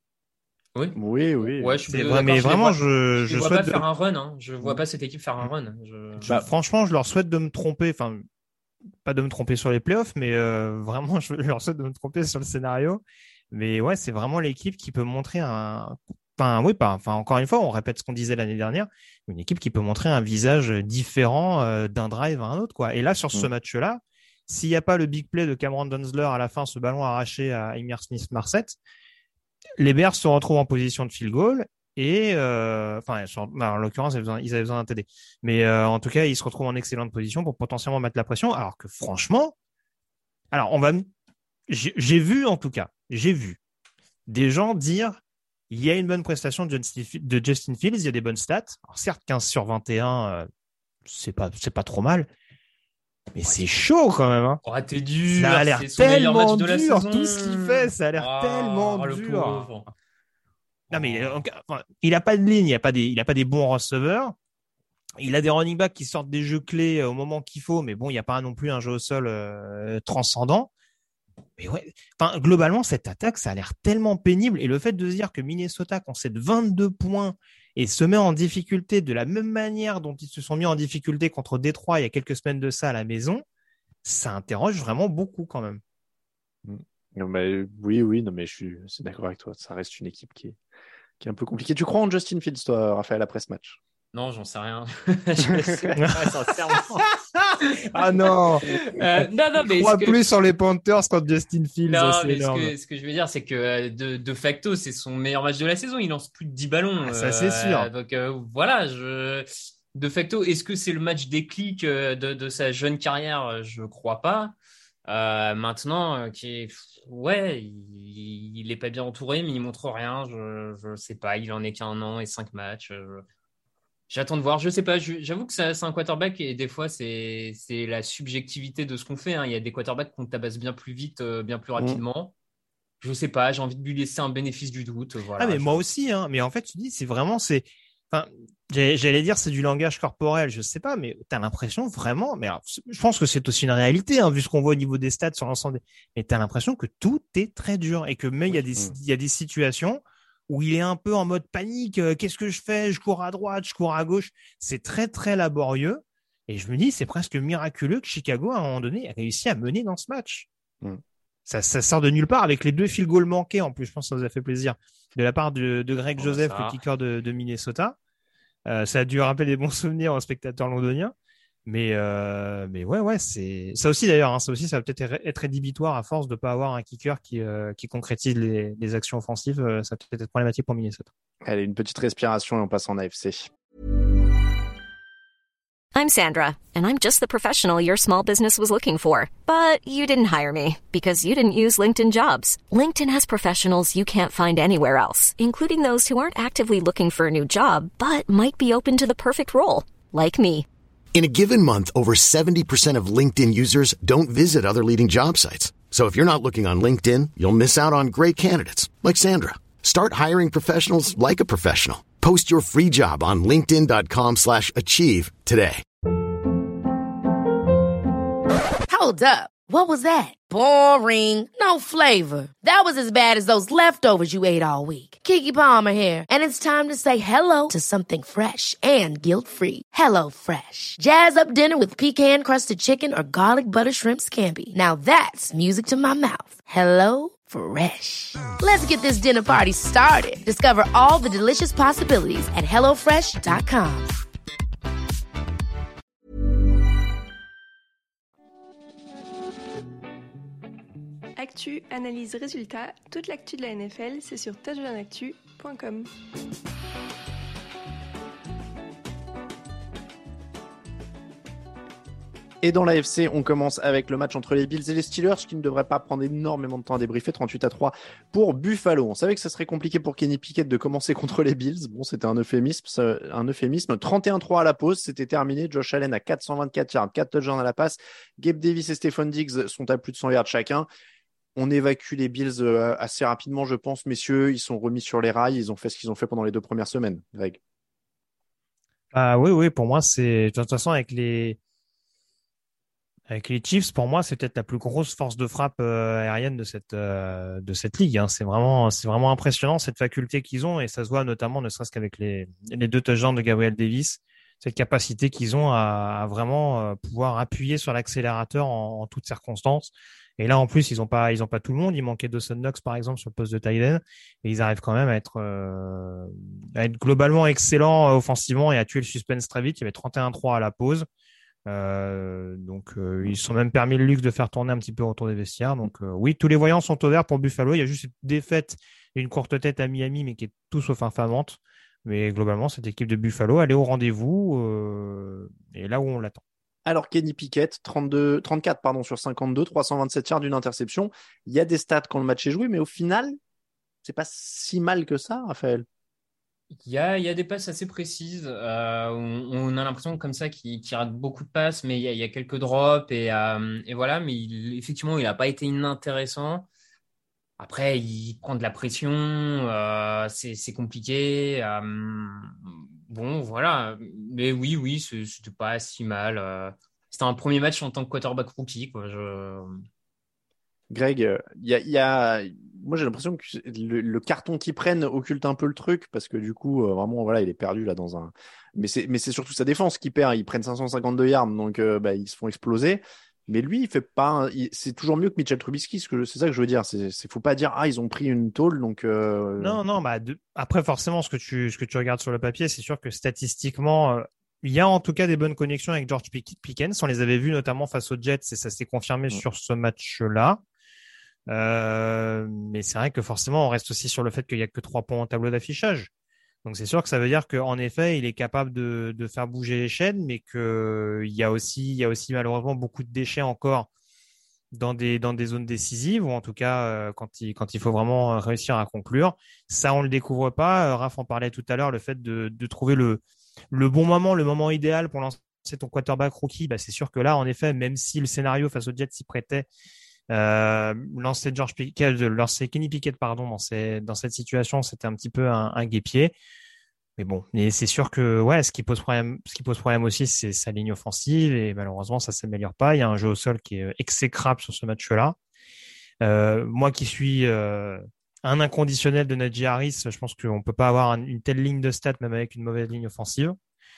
Oui, oui, oui. Ouais, je suis c'est vrai, mais je vraiment, vois, je, je, je vois souhaite pas de... faire un run. Hein. Je vois pas cette équipe faire un run. Je... Je, bah, franchement, je leur souhaite de me tromper. Enfin, pas de me tromper sur les playoffs, mais euh, vraiment, je leur souhaite de me tromper sur le scénario. Mais ouais, c'est vraiment l'équipe qui peut montrer un. Enfin, oui, pas. Enfin, encore une fois, on répète ce qu'on disait l'année dernière. Une équipe qui peut montrer un visage différent euh, d'un drive à un autre, quoi. Et là, sur ce mmh. match-là, s'il n'y a pas le big play de Cameron Dunzler à la fin, ce ballon arraché à Ihmir Smith-Marsette, les Bears se retrouvent en position de field goal Et euh, enfin, sur, bah, en l'occurrence, ils avaient besoin, ils avaient besoin d'un T D. Mais euh, en tout cas, ils se retrouvent en excellente position pour potentiellement mettre la pression. Alors que franchement, alors on va, j'ai, j'ai vu en tout cas, j'ai vu des gens dire il y a une bonne prestation de Justin, de Justin Fields, il y a des bonnes stats. Alors certes, quinze sur vingt et un, euh, c'est pas, c'est pas trop mal. Mais ouais, c'est chaud quand même. Hein. Oh, t'es dur. Ça a l'air tellement dur. Tout ce qu'il fait, ça a l'air oh, tellement le dur. Pauvre. Non, mais enfin, il n'a pas de ligne, il n'a pas des, il a pas des bons receveurs. Il a des running backs qui sortent des jeux clés au moment qu'il faut, mais bon, il n'y a pas non plus un jeu au sol euh, transcendant. Mais ouais, enfin, globalement, cette attaque, ça a l'air tellement pénible. Et le fait de se dire que Minnesota concède vingt-deux points et se met en difficulté de la même manière dont ils se sont mis en difficulté contre Détroit il y a quelques semaines de ça à la maison, ça interroge vraiment beaucoup quand même. Non, mais oui, oui, non, mais je suis, je suis d'accord avec toi. Ça reste une équipe qui est, qui est un peu compliquée. Tu crois en Justin Fields, toi, Raphaël, après ce match? Non, j'en sais rien. Je sais pas, sincèrement. Ah non. Euh, non, non, mais je crois que... plus sur les Panthers qu'en Justin Fields. Non, c'est mais énorme. ce que, ce que je veux dire, c'est que de, de facto, c'est son meilleur match de la saison. Il lance plus de dix ballons. Ah, ça, c'est sûr. Euh, donc euh, voilà, je... de facto, est-ce que c'est le match déclic de, de sa jeune carrière? Je crois pas. Euh, maintenant, qui est... ouais, il, il est pas bien entouré, mais il montre rien. Je, je sais pas. Il en est qu'à un an et cinq matchs. Je... J'attends de voir. Je sais pas. Je, j'avoue que ça, c'est un quarterback et des fois, c'est, c'est la subjectivité de ce qu'on fait. Hein. Il y a des quarterbacks qu'on tabasse bien plus vite, euh, bien plus rapidement. Mmh. Je sais pas. J'ai envie de lui laisser un bénéfice du doute. Voilà, ah, mais je... moi aussi. Hein. Mais en fait, tu dis, c'est vraiment, c'est. Enfin, j'allais dire c'est du langage corporel, je sais pas, mais t'as l'impression vraiment, mais alors, je pense que c'est aussi une réalité, hein, vu ce qu'on voit au niveau des stats sur l'ensemble, des... mais t'as l'impression que tout est très dur et que même il y a des, il y a des situations où il est un peu en mode panique, euh, qu'est-ce que je fais? Je cours à droite, je cours à gauche, c'est très très laborieux et je me dis c'est presque miraculeux que Chicago à un moment donné ait réussi à mener dans ce match. Mm. Ça, ça sort de nulle part avec les deux field goals manqués en plus, je pense que ça nous a fait plaisir de la part de, de Greg oh, Joseph, ça. Le kicker de, de Minnesota. Euh, ça a dû rappeler des bons souvenirs aux spectateurs londoniens. Mais, euh, mais ouais, ouais, c'est ça aussi d'ailleurs. Hein, ça aussi, ça va peut-être être rédhibitoire à force de pas avoir un kicker qui, euh, qui concrétise les, les actions offensives. Euh, ça peut peut-être être problématique pour Minnesota. Allez, une petite respiration et on passe en A F C. I'm Sandra, and I'm just the professional your small business was looking for. But you didn't hire me because you didn't use LinkedIn Jobs. LinkedIn has professionals you can't find anywhere else, including those who aren't actively looking for a new job, but might be open to the perfect role, like me. In a given month, over seventy percent of LinkedIn users don't visit other leading job sites. So if you're not looking on LinkedIn, you'll miss out on great candidates like Sandra. Start hiring professionals like a professional. Post your free job on linkedin.com slash achieve today. Hold up. What was that? Boring. No flavor. That was as bad as those leftovers you ate all week. Keke Palmer here, and it's time to say hello to something fresh and guilt-free. Hello Fresh. Jazz up dinner with pecan-crusted chicken or garlic butter shrimp scampi. Now that's music to my mouth. Hello Fresh. Let's get this dinner party started. Discover all the delicious possibilities at hello fresh dot com. Actu, analyse, résultat, toute l'actu de la N F L, c'est sur touchdown actu point com. Et dans l'A F C, on commence avec le match entre les Bills et les Steelers, qui ne devrait pas prendre énormément de temps à débriefer, trente-huit à trois pour Buffalo. On savait que ça serait compliqué pour Kenny Pickett de commencer contre les Bills. Bon, c'était un euphémisme, un euphémisme. trente et un trois à la pause, c'était terminé. Josh Allen à quatre cent vingt-quatre yards, quatre touchdowns à la passe. Gabe Davis et Stephon Diggs sont à plus de cent yards chacun. On évacue les Bills assez rapidement, je pense, messieurs. Ils sont remis sur les rails. Ils ont fait ce qu'ils ont fait pendant les deux premières semaines. Greg. Ah oui, oui, pour moi, c'est de toute façon avec les avec les Chiefs, pour moi, c'est peut-être la plus grosse force de frappe euh, aérienne de cette euh, de cette ligue. Hein. C'est vraiment c'est vraiment impressionnant cette faculté qu'ils ont et ça se voit notamment, ne serait-ce qu'avec les les deux touchdowns de Gabriel Davis, cette capacité qu'ils ont à, à vraiment euh, pouvoir appuyer sur l'accélérateur en, en toutes circonstances. Et là, en plus, ils ont pas, ils ont pas tout le monde. Il manquait Dawson Knox, par exemple, sur le poste de tight end. Et ils arrivent quand même à être, euh, à être globalement excellents offensivement et à tuer le suspense très vite. Il y avait trente et un trois à la pause. Euh, donc, euh, ils se sont même permis le luxe de faire tourner un petit peu autour des vestiaires. Donc, euh, oui, tous les voyants sont au vert pour Buffalo. Il y a juste une défaite et une courte tête à Miami, mais qui est tout sauf infamante. Mais globalement, cette équipe de Buffalo, elle est au rendez-vous euh, et là où on l'attend. Alors, Kenny Pickett, trente-deux, trente-quatre pardon, sur cinquante-deux, trois cent vingt-sept yards d'une interception. Il y a des stats quand le match est joué, mais au final, c'est pas si mal que ça, Raphaël. Il y a, il y a des passes assez précises. Euh, on, on a l'impression comme ça qu'il qu'il rate beaucoup de passes, mais il y a, il y a quelques drops et, euh, et voilà. Mais il- effectivement, il n'a pas été inintéressant. Après, il prend de la pression, euh, c'est c'est compliqué. Euh, bon, voilà. Mais oui, oui, c'est- c'était pas si mal. euh. C'était un premier match en tant que quarterback rookie, quoi. Je... Greg, euh, il y a, il y a- moi j'ai l'impression que le, le carton qu'ils prennent occulte un peu le truc parce que du coup, euh, vraiment, voilà, il est perdu là dans un. Mais c'est, mais c'est surtout sa défense qui perd. Ils prennent cinq cent cinquante-deux yards, donc euh, bah, ils se font exploser. Mais lui, il fait pas. un- il- C'est toujours mieux que Mitchell Trubisky. Ce que je- C'est ça que je veux dire. C'est, c'est faut pas dire ah ils ont pris une tôle, donc. euh, Non, non, bah de- après forcément, ce que tu ce que tu regardes sur le papier, c'est sûr que statistiquement, euh, il y a en tout cas des bonnes connexions avec George Pick- Pickens. On les avait vus notamment face aux Jets et ça s'est confirmé Mm. sur ce match-là. Euh, mais c'est vrai que forcément, on reste aussi sur le fait qu'il y a que trois points au tableau d'affichage. Donc c'est sûr que ça veut dire qu'en effet, il est capable de, de faire bouger les chaînes, mais que il y a aussi, il y a aussi malheureusement beaucoup de déchets encore dans des, dans des zones décisives, ou en tout cas euh, quand il, quand il faut vraiment euh, réussir à conclure. Ça, on le découvre pas. Euh, Raph en parlait tout à l'heure, le fait de, de trouver le, le bon moment, le moment idéal pour lancer ton quarterback rookie, bah, c'est sûr que là, en effet, même si le scénario face aux Jets s'y prêtait, euh, lancer George Pickett, lancer Kenny Pickett, pardon, dans, ces, dans cette situation, c'était un petit peu un, un guêpier. Mais bon, et c'est sûr que ouais, ce qui pose problème, ce qui pose problème aussi, c'est sa ligne offensive et malheureusement, ça s'améliore pas. Il y a un jeu au sol qui est exécrable sur ce match-là. Euh, moi qui suis euh, un inconditionnel de Najee Harris, je pense qu'on peut pas avoir un- une telle ligne de stats même avec une mauvaise ligne offensive.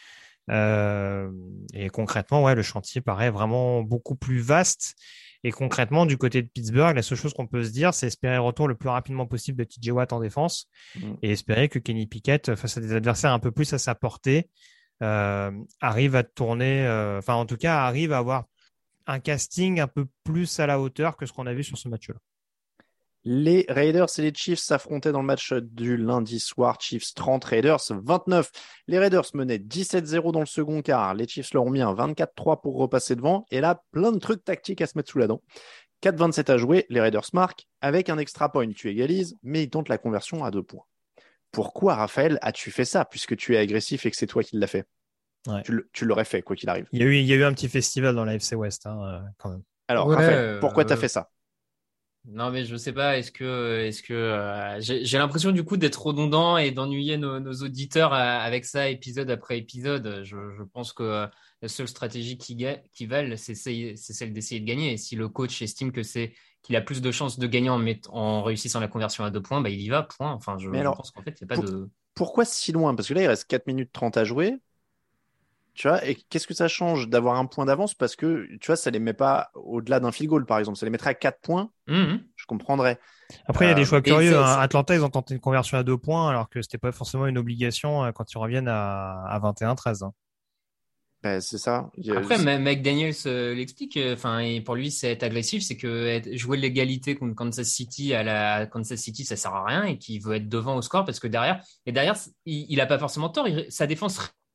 Euh, et concrètement, ouais, le chantier paraît vraiment beaucoup plus vaste. Et concrètement, du côté de Pittsburgh, la seule chose qu'on peut se dire, c'est espérer le retour le plus rapidement possible de T J Watt en défense Mm. et espérer que Kenny Pickett, face à des adversaires un peu plus à sa portée, euh, arrive à tourner, euh, enfin en tout cas arrive à avoir un casting un peu plus à la hauteur que ce qu'on a vu sur ce match-là. Les Raiders et les Chiefs s'affrontaient dans le match du lundi soir. Chiefs trente, Raiders vingt-neuf. Les Raiders menaient dix-sept zéro dans le second quart. Les Chiefs leur ont mis un vingt-quatre trois pour repasser devant. Et là, plein de trucs tactiques à se mettre sous la dent. quatre vingt-sept à jouer, les Raiders marquent. Avec un extra point, tu égalises, mais ils tentent la conversion à deux points. Pourquoi, Raphaël, as-tu fait ça, puisque tu es agressif et que c'est toi qui l'as fait? Ouais. Tu, le- tu l'aurais fait, quoi qu'il arrive. Il y a eu, il y a eu un petit festival dans la F C West, hein, euh, quand même. Alors, Ouais, Raphaël, pourquoi euh, tu as fait ça? Non, mais je sais pas, est-ce que, est-ce que, euh, j'ai, j'ai l'impression du coup d'être redondant et d'ennuyer nos, nos auditeurs euh, avec ça épisode après épisode. Je, je pense que euh, la seule stratégie qui, ga- qui valent, c'est, c'est c'est celle d'essayer de gagner. Et si le coach estime que c'est, qu'il a plus de chances de gagner en, met- en réussissant la conversion à deux points, bah, il y va, point. Enfin, je, Mais je alors, pense qu'en fait, il n'y a pas pour- de. pourquoi si loin? Parce que là, il reste quatre minutes trente à jouer. Tu vois, et qu'est-ce que ça change d'avoir un point d'avance? Parce que, tu vois, ça les met pas au-delà d'un field goal, par exemple. Ça les mettrait à quatre points, Mhm. je comprendrais. Après, il y a des Euh, choix et curieux, c'est- hein. c'est- Atlanta, ils ont tenté une conversion à deux points, alors que c'était pas forcément une obligation euh, quand ils reviennent à, à vingt et un treize. Hein. Ben, c'est ça. Il y a- Après, Ma- McDaniels euh, l'explique. euh, Enfin, et pour lui, c'est être agressif, c'est que être- jouer de l'égalité contre Kansas City à la à Kansas City, ça sert à rien et qu'il veut être devant au score parce que derrière, et derrière, il, il a pas forcément tort. Il- sa défense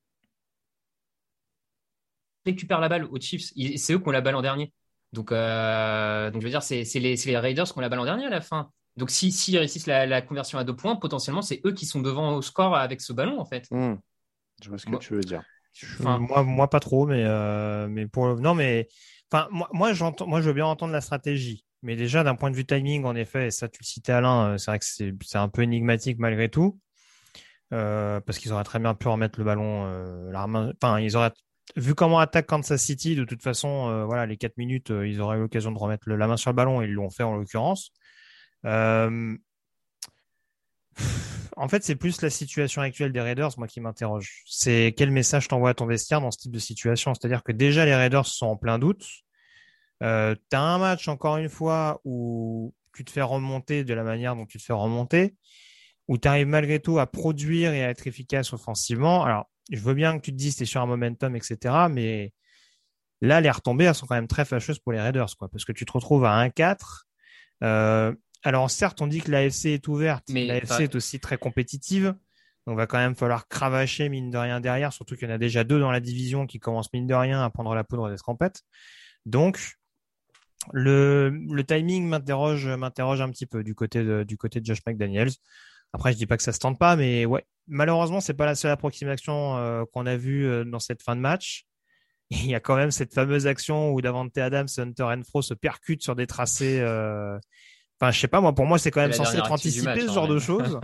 récupère la balle aux Chiefs. Il- C'est eux qui ont la balle en dernier. Donc, euh, donc je veux dire, c'est c'est les, c'est les Raiders qui ont la balle en dernier à la fin. Donc, si s'ils réussissent la, la conversion à deux points, potentiellement, c'est eux qui sont devant au score avec ce ballon, en fait. Hmm, je vois ce que Moi, tu veux dire. enfin, Moi, moi pas trop, mais euh, mais pour non, mais enfin moi, moi j'entends, moi je veux bien entendre la stratégie, mais déjà d'un point de vue timing, en effet, et ça tu le citais Alain, euh, c'est vrai que c'est c'est un peu énigmatique malgré tout, euh, parce qu'ils auraient très bien pu remettre le ballon, euh, la main, enfin ils auraient vu comment attaque Kansas City, de toute façon, euh, voilà les quatre minutes, euh, ils auraient eu l'occasion de remettre le- la main sur le ballon, et ils l'ont fait en l'occurrence. Euh, En fait, c'est plus la situation actuelle des Raiders, moi, qui m'interroge. C'est quel message t'envoies à ton vestiaire dans ce type de situation? C'est-à-dire que déjà, les Raiders sont en plein doute. Euh, t'as un match, encore une fois, où tu te fais remonter de la manière dont tu te fais remonter, où tu arrives malgré tout à produire et à être efficace offensivement. Alors, je veux bien que tu te dises t'es sur un momentum, et cetera, mais là, les retombées, elles sont quand même très fâcheuses pour les Raiders, quoi, parce que tu te retrouves à un quatre. Euh, alors, certes, on dit que la F C est ouverte, mais la F C enfin, est aussi très compétitive. Donc, va quand même falloir cravacher, mine de rien, derrière, surtout qu'il y en a déjà deux dans la division qui commencent, mine de rien, à prendre la poudre d'escampette. Donc, le, le timing m'interroge, m'interroge un petit peu du côté de, du côté de Josh McDaniels. Après, je dis pas que ça se tente pas, mais ouais, malheureusement, c'est pas la seule approximation euh, qu'on a vue euh, dans cette fin de match. Il y a quand même cette fameuse action où Davante Adams et Hunter Renfrow se percutent sur des tracés. Euh... Enfin, je sais pas, moi, pour moi, c'est quand même C'est la censé être dernière actu du anticipé match, ce en genre vrai. de choses.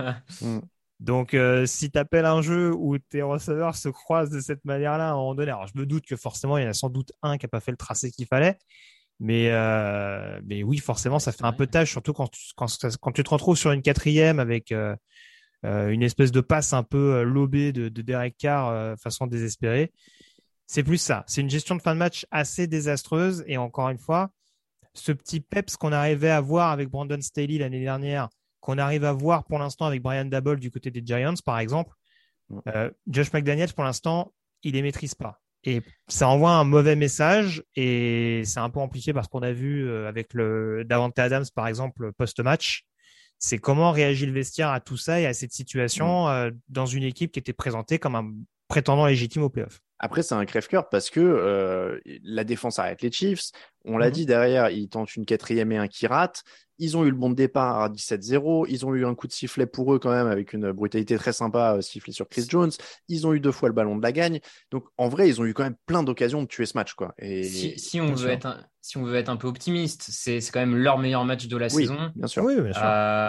Donc, euh, si tu appelles un jeu où tes receveurs se croisent de cette manière-là à un moment donné, alors je me doute que forcément, il y en a sans doute un qui a pas fait le tracé qu'il fallait. Mais, euh, mais oui, forcément, ça fait un peu tâche, surtout quand tu, quand, quand tu te retrouves sur une quatrième avec euh, euh, une espèce de passe un peu euh, lobée de, de Derek Carr euh, façon désespérée. C'est plus ça. C'est une gestion de fin de match assez désastreuse. Et encore une fois, ce petit peps qu'on arrivait à voir avec Brandon Staley l'année dernière, qu'on arrive à voir pour l'instant avec Brian Daboll du côté des Giants, par exemple, euh, Josh McDaniels, pour l'instant, il les maîtrise pas. Et ça envoie un mauvais message et c'est un peu amplifié par ce qu'on a vu avec le Davante Adams, par exemple, post-match. C'est comment réagit le vestiaire à tout ça et à cette situation euh, dans une équipe qui était présentée comme un prétendant légitime au playoff. Après, c'est un crève-cœur parce que euh, la défense arrête les Chiefs. On l'a mmh. dit, derrière, ils tentent une quatrième et un qui rate. Ils ont eu le bon de départ à dix-sept zéro. Ils ont eu un coup de sifflet pour eux quand même avec une brutalité très sympa, euh, sifflé sur Chris Jones. Ils ont eu deux fois le ballon de la gagne. Donc, en vrai, ils ont eu quand même plein d'occasions de tuer ce match, quoi. Et si, si, on veut être un, si on veut être un peu optimiste, c'est, c'est quand même leur meilleur match de la oui, saison. Bien sûr. Oui, bien sûr.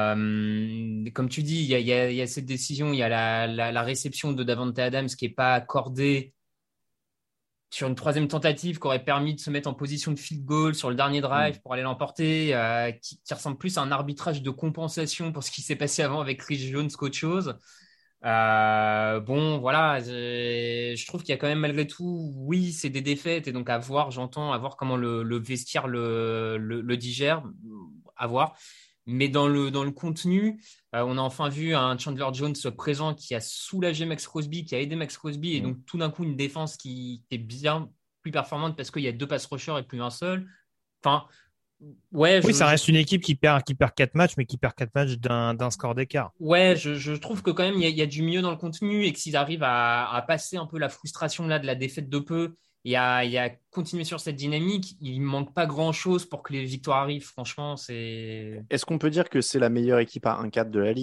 Euh, comme tu dis, il y a, y, a, y a cette décision, il y a la, la, la réception de Davante Adams qui n'est pas accordée sur une troisième tentative qui aurait permis de se mettre en position de field goal sur le dernier drive mmh. pour aller l'emporter, euh, qui, qui ressemble plus à un arbitrage de compensation pour ce qui s'est passé avant avec Chris Jones qu'autre chose. Euh, bon, voilà, je, je trouve qu'il y a quand même malgré tout, oui, c'est des défaites et donc à voir, j'entends, à voir comment le, le vestiaire le, le, le digère, à voir. Mais dans le, dans le contenu, euh, on a enfin vu un Chandler Jones présent qui a soulagé Max Crosby, qui a aidé Max Crosby, et mmh. donc tout d'un coup une défense qui, qui est bien plus performante parce qu'il y a deux pass rushers et plus un seul. Enfin, ouais. Oui, je, ça reste une équipe qui perd, qui perd quatre matchs, mais qui perd quatre matchs d'un, d'un score d'écart. Ouais, je, je trouve que quand même il y, a, il y a du mieux dans le contenu et que s'ils arrivent à, à passer un peu la frustration là de la défaite de peu et à, et à continuer sur cette dynamique, il ne manque pas grand-chose pour que les victoires arrivent. Franchement, c'est... Est-ce qu'on peut dire que c'est la meilleure équipe à un quatre de la Ligue ?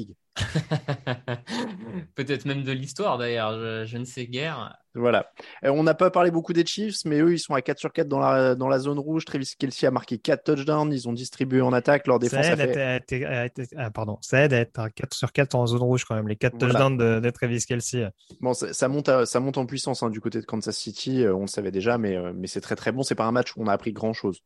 Peut-être même de l'histoire d'ailleurs, je, je ne sais guère. Voilà. Euh, on n'a pas parlé beaucoup des Chiefs, mais eux, ils sont à quatre sur quatre dans la, dans la zone rouge. Travis Kelce a marqué quatre touchdowns. Ils ont distribué en attaque. Leur défense ça aide a fait... à être, à être, ah, pardon. Ça aide à être à quatre sur quatre en zone rouge quand même. Les quatre voilà. touchdowns de, de Travis Kelce. Bon, ça, ça, monte à, ça monte en puissance hein, du côté de Kansas City. Euh, on le savait déjà, mais, euh, mais c'est très très bon. C'est pas un match où on a appris grand-chose.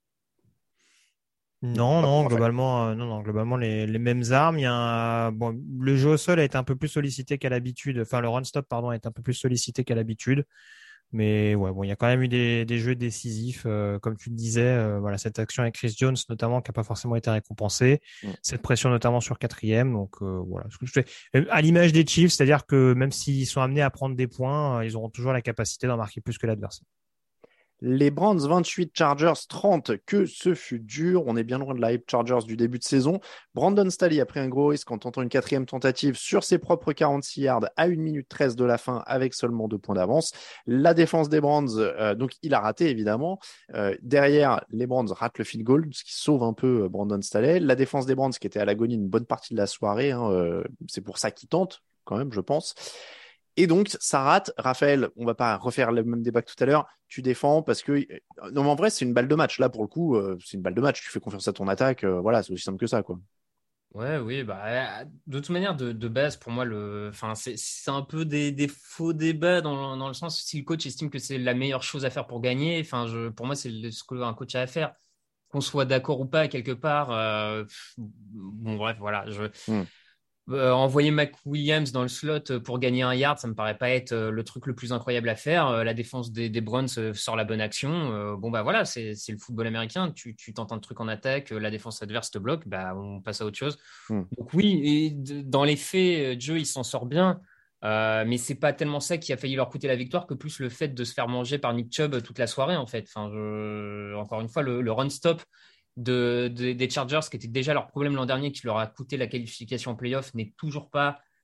Non, non, globalement, euh, non, non, globalement les, les mêmes armes. Il y a un, bon, le jeu au sol a été un peu plus sollicité qu'à l'habitude. Enfin, le run stop, pardon, a été un peu plus sollicité qu'à l'habitude. Mais ouais, bon, il y a quand même eu des, des jeux décisifs, euh, comme tu le disais. Euh, voilà, cette action avec Chris Jones notamment qui n'a pas forcément été récompensée. Mm. Cette pression notamment sur quatrième. Donc euh, voilà, ce que je fais à l'image des Chiefs, c'est-à-dire que même s'ils sont amenés à prendre des points, ils auront toujours la capacité d'en marquer plus que l'adversaire. Les Browns vingt-huit, Chargers trente, que ce fut dur. On est bien loin de la hype Chargers du début de saison. Brandon Staley a pris un gros risque en tentant une quatrième tentative sur ses propres quarante-six yards à une minute treize de la fin avec seulement deux points d'avance. La défense des Browns, euh, donc il a raté évidemment. Euh, derrière, les Browns ratent le field goal, ce qui sauve un peu Brandon Staley. La défense des Browns qui était à l'agonie une bonne partie de la soirée, hein, euh, c'est pour ça qu'ils tentent quand même, je pense. Et donc, ça rate. Raphaël, on va pas refaire le même débat que tout à l'heure. Tu défends parce que... Non, mais en vrai, c'est une balle de match. Là, pour le coup, euh, c'est une balle de match. Tu fais confiance à ton attaque. Euh, voilà, c'est aussi simple que ça, quoi. Ouais, oui. Bah, de toute manière, de, de base, pour moi, le... enfin, c'est, c'est un peu des, des faux débats dans, dans le sens si le coach estime que c'est la meilleure chose à faire pour gagner. Enfin, je, pour moi, c'est ce qu'un coach a à faire. Qu'on soit d'accord ou pas, quelque part. Euh... Bon, bref, voilà. Je... Hmm. Euh, envoyer Mac Williams dans le slot pour gagner un yard, ça me paraît pas être euh, le truc le plus incroyable à faire. Euh, la défense des, des Browns euh, sort la bonne action. Euh, bon bah voilà, c'est, c'est le football américain. Tu, tu tentes un truc en attaque, euh, la défense adverse te bloque, bah on passe à autre chose. Mm. Donc oui, et d- dans les faits, Joe il s'en sort bien, euh, mais c'est pas tellement ça qui a failli leur coûter la victoire que plus le fait de se faire manger par Nick Chubb toute la soirée en fait. Enfin, je... encore une fois, le, le run stop. De, de, des Chargers, qui était déjà leur problème l'an dernier, qui leur a coûté la qualification en playoff, n'est toujours pas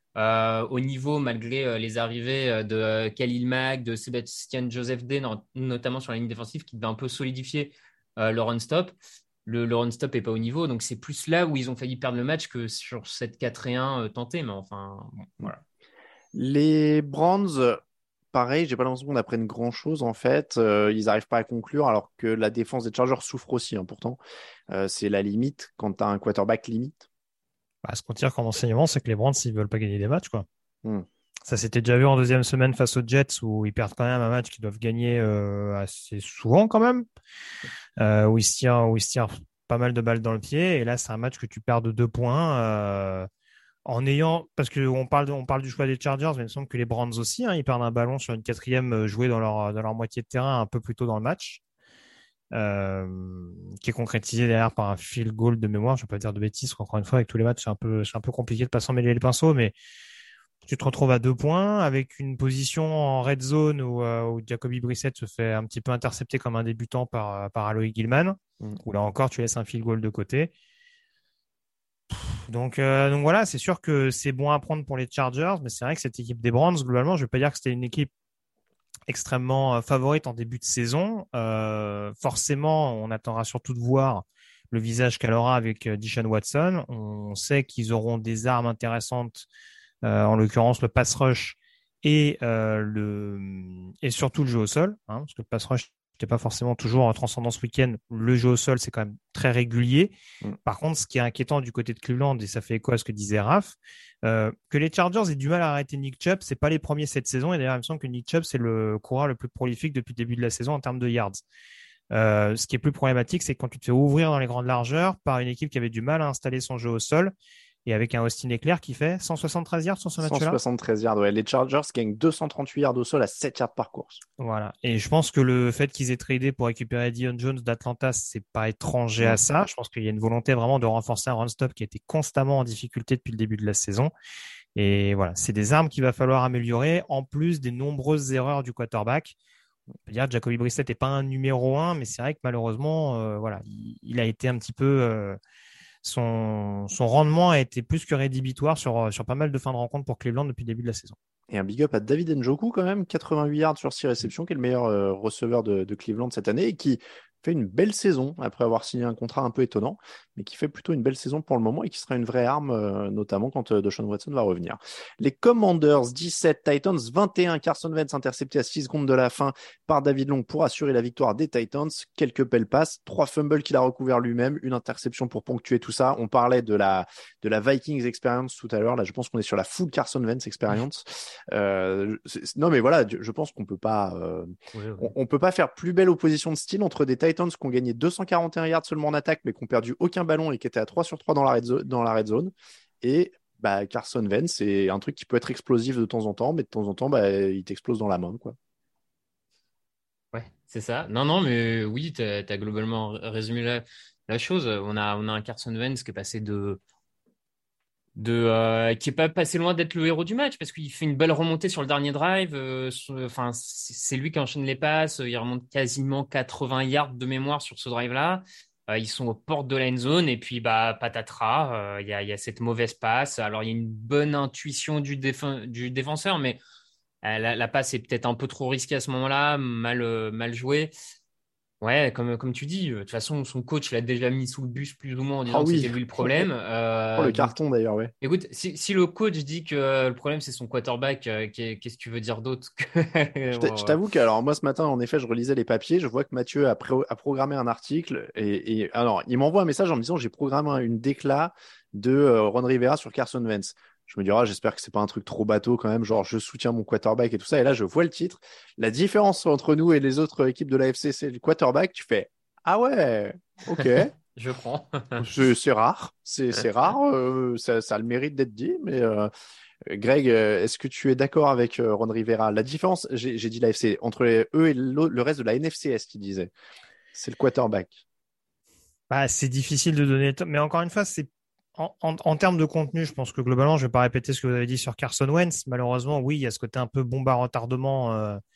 euh, au niveau malgré euh, les arrivées euh, de euh, Khalil Mack, de Sébastien Joseph Day, no- notamment sur la ligne défensive, qui devait un peu solidifier euh, le run-stop. Le, le run-stop n'est pas au niveau, donc c'est plus là où ils ont failli perdre le match que sur cette quatre et un euh, tentée. Mais enfin, bon, voilà. Les Browns, pareil, j'ai pas l'impression qu'on apprenne grand-chose en fait. Euh, ils n'arrivent pas à conclure alors que la défense des Chargers souffre aussi, hein, pourtant. Euh, c'est la limite quand tu as un quarterback limite. Bah, ce qu'on tire comme enseignement, c'est que les Browns, ils veulent pas gagner des matchs, quoi. Hmm. Ça s'était déjà vu en deuxième semaine face aux Jets où ils perdent quand même un match qu'ils doivent gagner euh, assez souvent quand même, euh, où ils se tirent, où ils se tirent pas mal de balles dans le pied. Et là, c'est un match que tu perds de deux points euh, en ayant, parce qu'on parle, de- on parle du choix des Chargers, mais il me semble que les Browns aussi, hein, ils perdent un ballon sur une quatrième euh, jouée dans leur, dans leur moitié de terrain un peu plus tôt dans le match. Euh, qui est concrétisé derrière par un field goal de mémoire. Je ne vais pas dire de bêtises, encore une fois, avec tous les matchs, c'est un peu, c'est un peu compliqué de pas s'en mêler les pinceaux, mais tu te retrouves à deux points avec une position en red zone où, euh, où Jacoby Brissett se fait un petit peu intercepter comme un débutant par, par Aloy Gilman, Mm. où là encore, tu laisses un field goal de côté. Donc, euh, donc voilà, c'est sûr que c'est bon à prendre pour les Chargers, mais c'est vrai que cette équipe des Browns, globalement, je ne vais pas dire que c'était une équipe extrêmement euh, favorite en début de saison. Euh, forcément, on attendra surtout de voir le visage qu'elle aura avec euh, Deshaun Watson. On sait qu'ils auront des armes intéressantes, euh, en l'occurrence le pass rush et, euh, le, et surtout le jeu au sol, hein, parce que le pass rush n'était pas forcément toujours en transcendance week-end. Le jeu au sol, c'est quand même très régulier. Mm. Par contre, ce qui est inquiétant du côté de Cleveland, et ça fait écho à ce que disait Raph, euh, que les Chargers aient du mal à arrêter Nick Chubb, c'est pas les premiers cette saison. Et d'ailleurs, il me semble que Nick Chubb, c'est le coureur le plus prolifique depuis le début de la saison en termes de yards. Euh, ce qui est plus problématique, c'est quand tu te fais ouvrir dans les grandes largeurs par une équipe qui avait du mal à installer son jeu au sol et avec un Austin Eckler qui fait cent soixante-treize yards sur ce match-là. cent soixante-treize yards, ouais. Les Chargers gagnent deux cent trente-huit yards au sol à sept yards par course. Voilà. Et je pense que le fait qu'ils aient tradé pour récupérer Dion Jones d'Atlanta, c'est pas étranger à ça. Je pense qu'il y a une volonté vraiment de renforcer un run-stop qui a été constamment en difficulté depuis le début de la saison. Et voilà, c'est des armes qu'il va falloir améliorer, en plus des nombreuses erreurs du quarterback. On peut dire que Jacoby Brissett n'est pas un numéro un, mais c'est vrai que malheureusement, euh, voilà, il, il a été un petit peu... Euh, son, son rendement a été plus que rédhibitoire sur, sur pas mal de fins de rencontre pour Cleveland depuis le début de la saison. Et un big up à David Njoku quand même, quatre-vingt-huit yards sur six réceptions, qui est le meilleur euh, receveur de, de Cleveland cette année et qui fait une belle saison après avoir signé un contrat un peu étonnant, mais qui fait plutôt une belle saison pour le moment et qui sera une vraie arme, euh, notamment quand euh, Deshaun Watson va revenir. Les Commanders dix-sept, Titans vingt et un, Carson Wentz intercepté à six secondes de la fin par David Long pour assurer la victoire des Titans. Quelques belles passes, trois fumbles qu'il a recouvert lui-même, une interception pour ponctuer tout ça. On parlait de la, de la Vikings experience tout à l'heure. Là, je pense qu'on est sur la full Carson Wentz experience. Euh, c'est, non, mais voilà, je pense qu'on peut pas, euh, Oui, oui. on, on peut pas faire plus belle opposition de style entre des Titans qui ont gagné deux cent quarante et un yards seulement en attaque, mais qui ont perdu aucun ballon et qui étaient à trois sur trois dans la red zone, dans la red zone. Et bah, Carson Wentz, c'est un truc qui peut être explosif de temps en temps, mais de temps en temps, bah, il t'explose dans la main, quoi. Ouais, c'est ça. Non, non, mais oui, tu as globalement résumé la, la chose. On a, on a un Carson Wentz qui est passé de, de euh, qui est pas passé loin d'être le héros du match parce qu'il fait une belle remontée sur le dernier drive. euh, sur- Enfin, c'est c'est lui qui enchaîne les passes. Il remonte quasiment quatre-vingts yards de mémoire sur ce drive-là. Euh, ils sont aux portes de la end zone et puis bah patatras. euh, Il y a, il y a cette mauvaise passe. Alors il y a une bonne intuition du, défen- du défenseur, mais euh, la, la passe est peut-être un peu trop risquée à ce moment-là, mal euh, mal jouée. Ouais, comme, comme tu dis, euh, de toute façon, son coach l'a déjà mis sous le bus plus ou moins en Ah disant que oui, c'était lui le problème. oh, Euh, le donc, carton d'ailleurs, ouais. écoute, si, si le coach dit que euh, le problème c'est son quarterback, euh, qu'est- qu'est-ce que tu veux dire d'autre que... Je t'a- je Bon, ouais. t'avoue que alors moi ce matin en effet je relisais les papiers, je vois que Mathieu a, pré- a programmé un article et, et alors il m'envoie un message en me disant j'ai programmé une décla de euh, Ron Rivera sur Carson Wentz. Je me dis ah, j'espère que c'est pas un truc trop bateau quand même, genre je soutiens mon quarterback et tout ça. Et là je vois le titre, la différence entre nous et les autres équipes de l'A F C c'est le quarterback. Tu fais ah ouais, ok, Je prends. c'est c'est rare, c'est c'est rare, euh, ça, ça a le mérite d'être dit, mais euh, Greg, euh, est-ce que tu es d'accord avec euh, Ron Rivera? La différence, j'ai j'ai dit l'A F C, entre les- eux et l'au- le reste de la N F C S, qu'il disait, c'est le quarterback. Bah, c'est difficile de donner, mais encore une fois, c'est en, en, en termes de contenu, je pense que globalement, je vais pas répéter ce que vous avez dit sur Carson Wentz. Malheureusement, oui, il y a ce côté un peu bombe à retardement euh,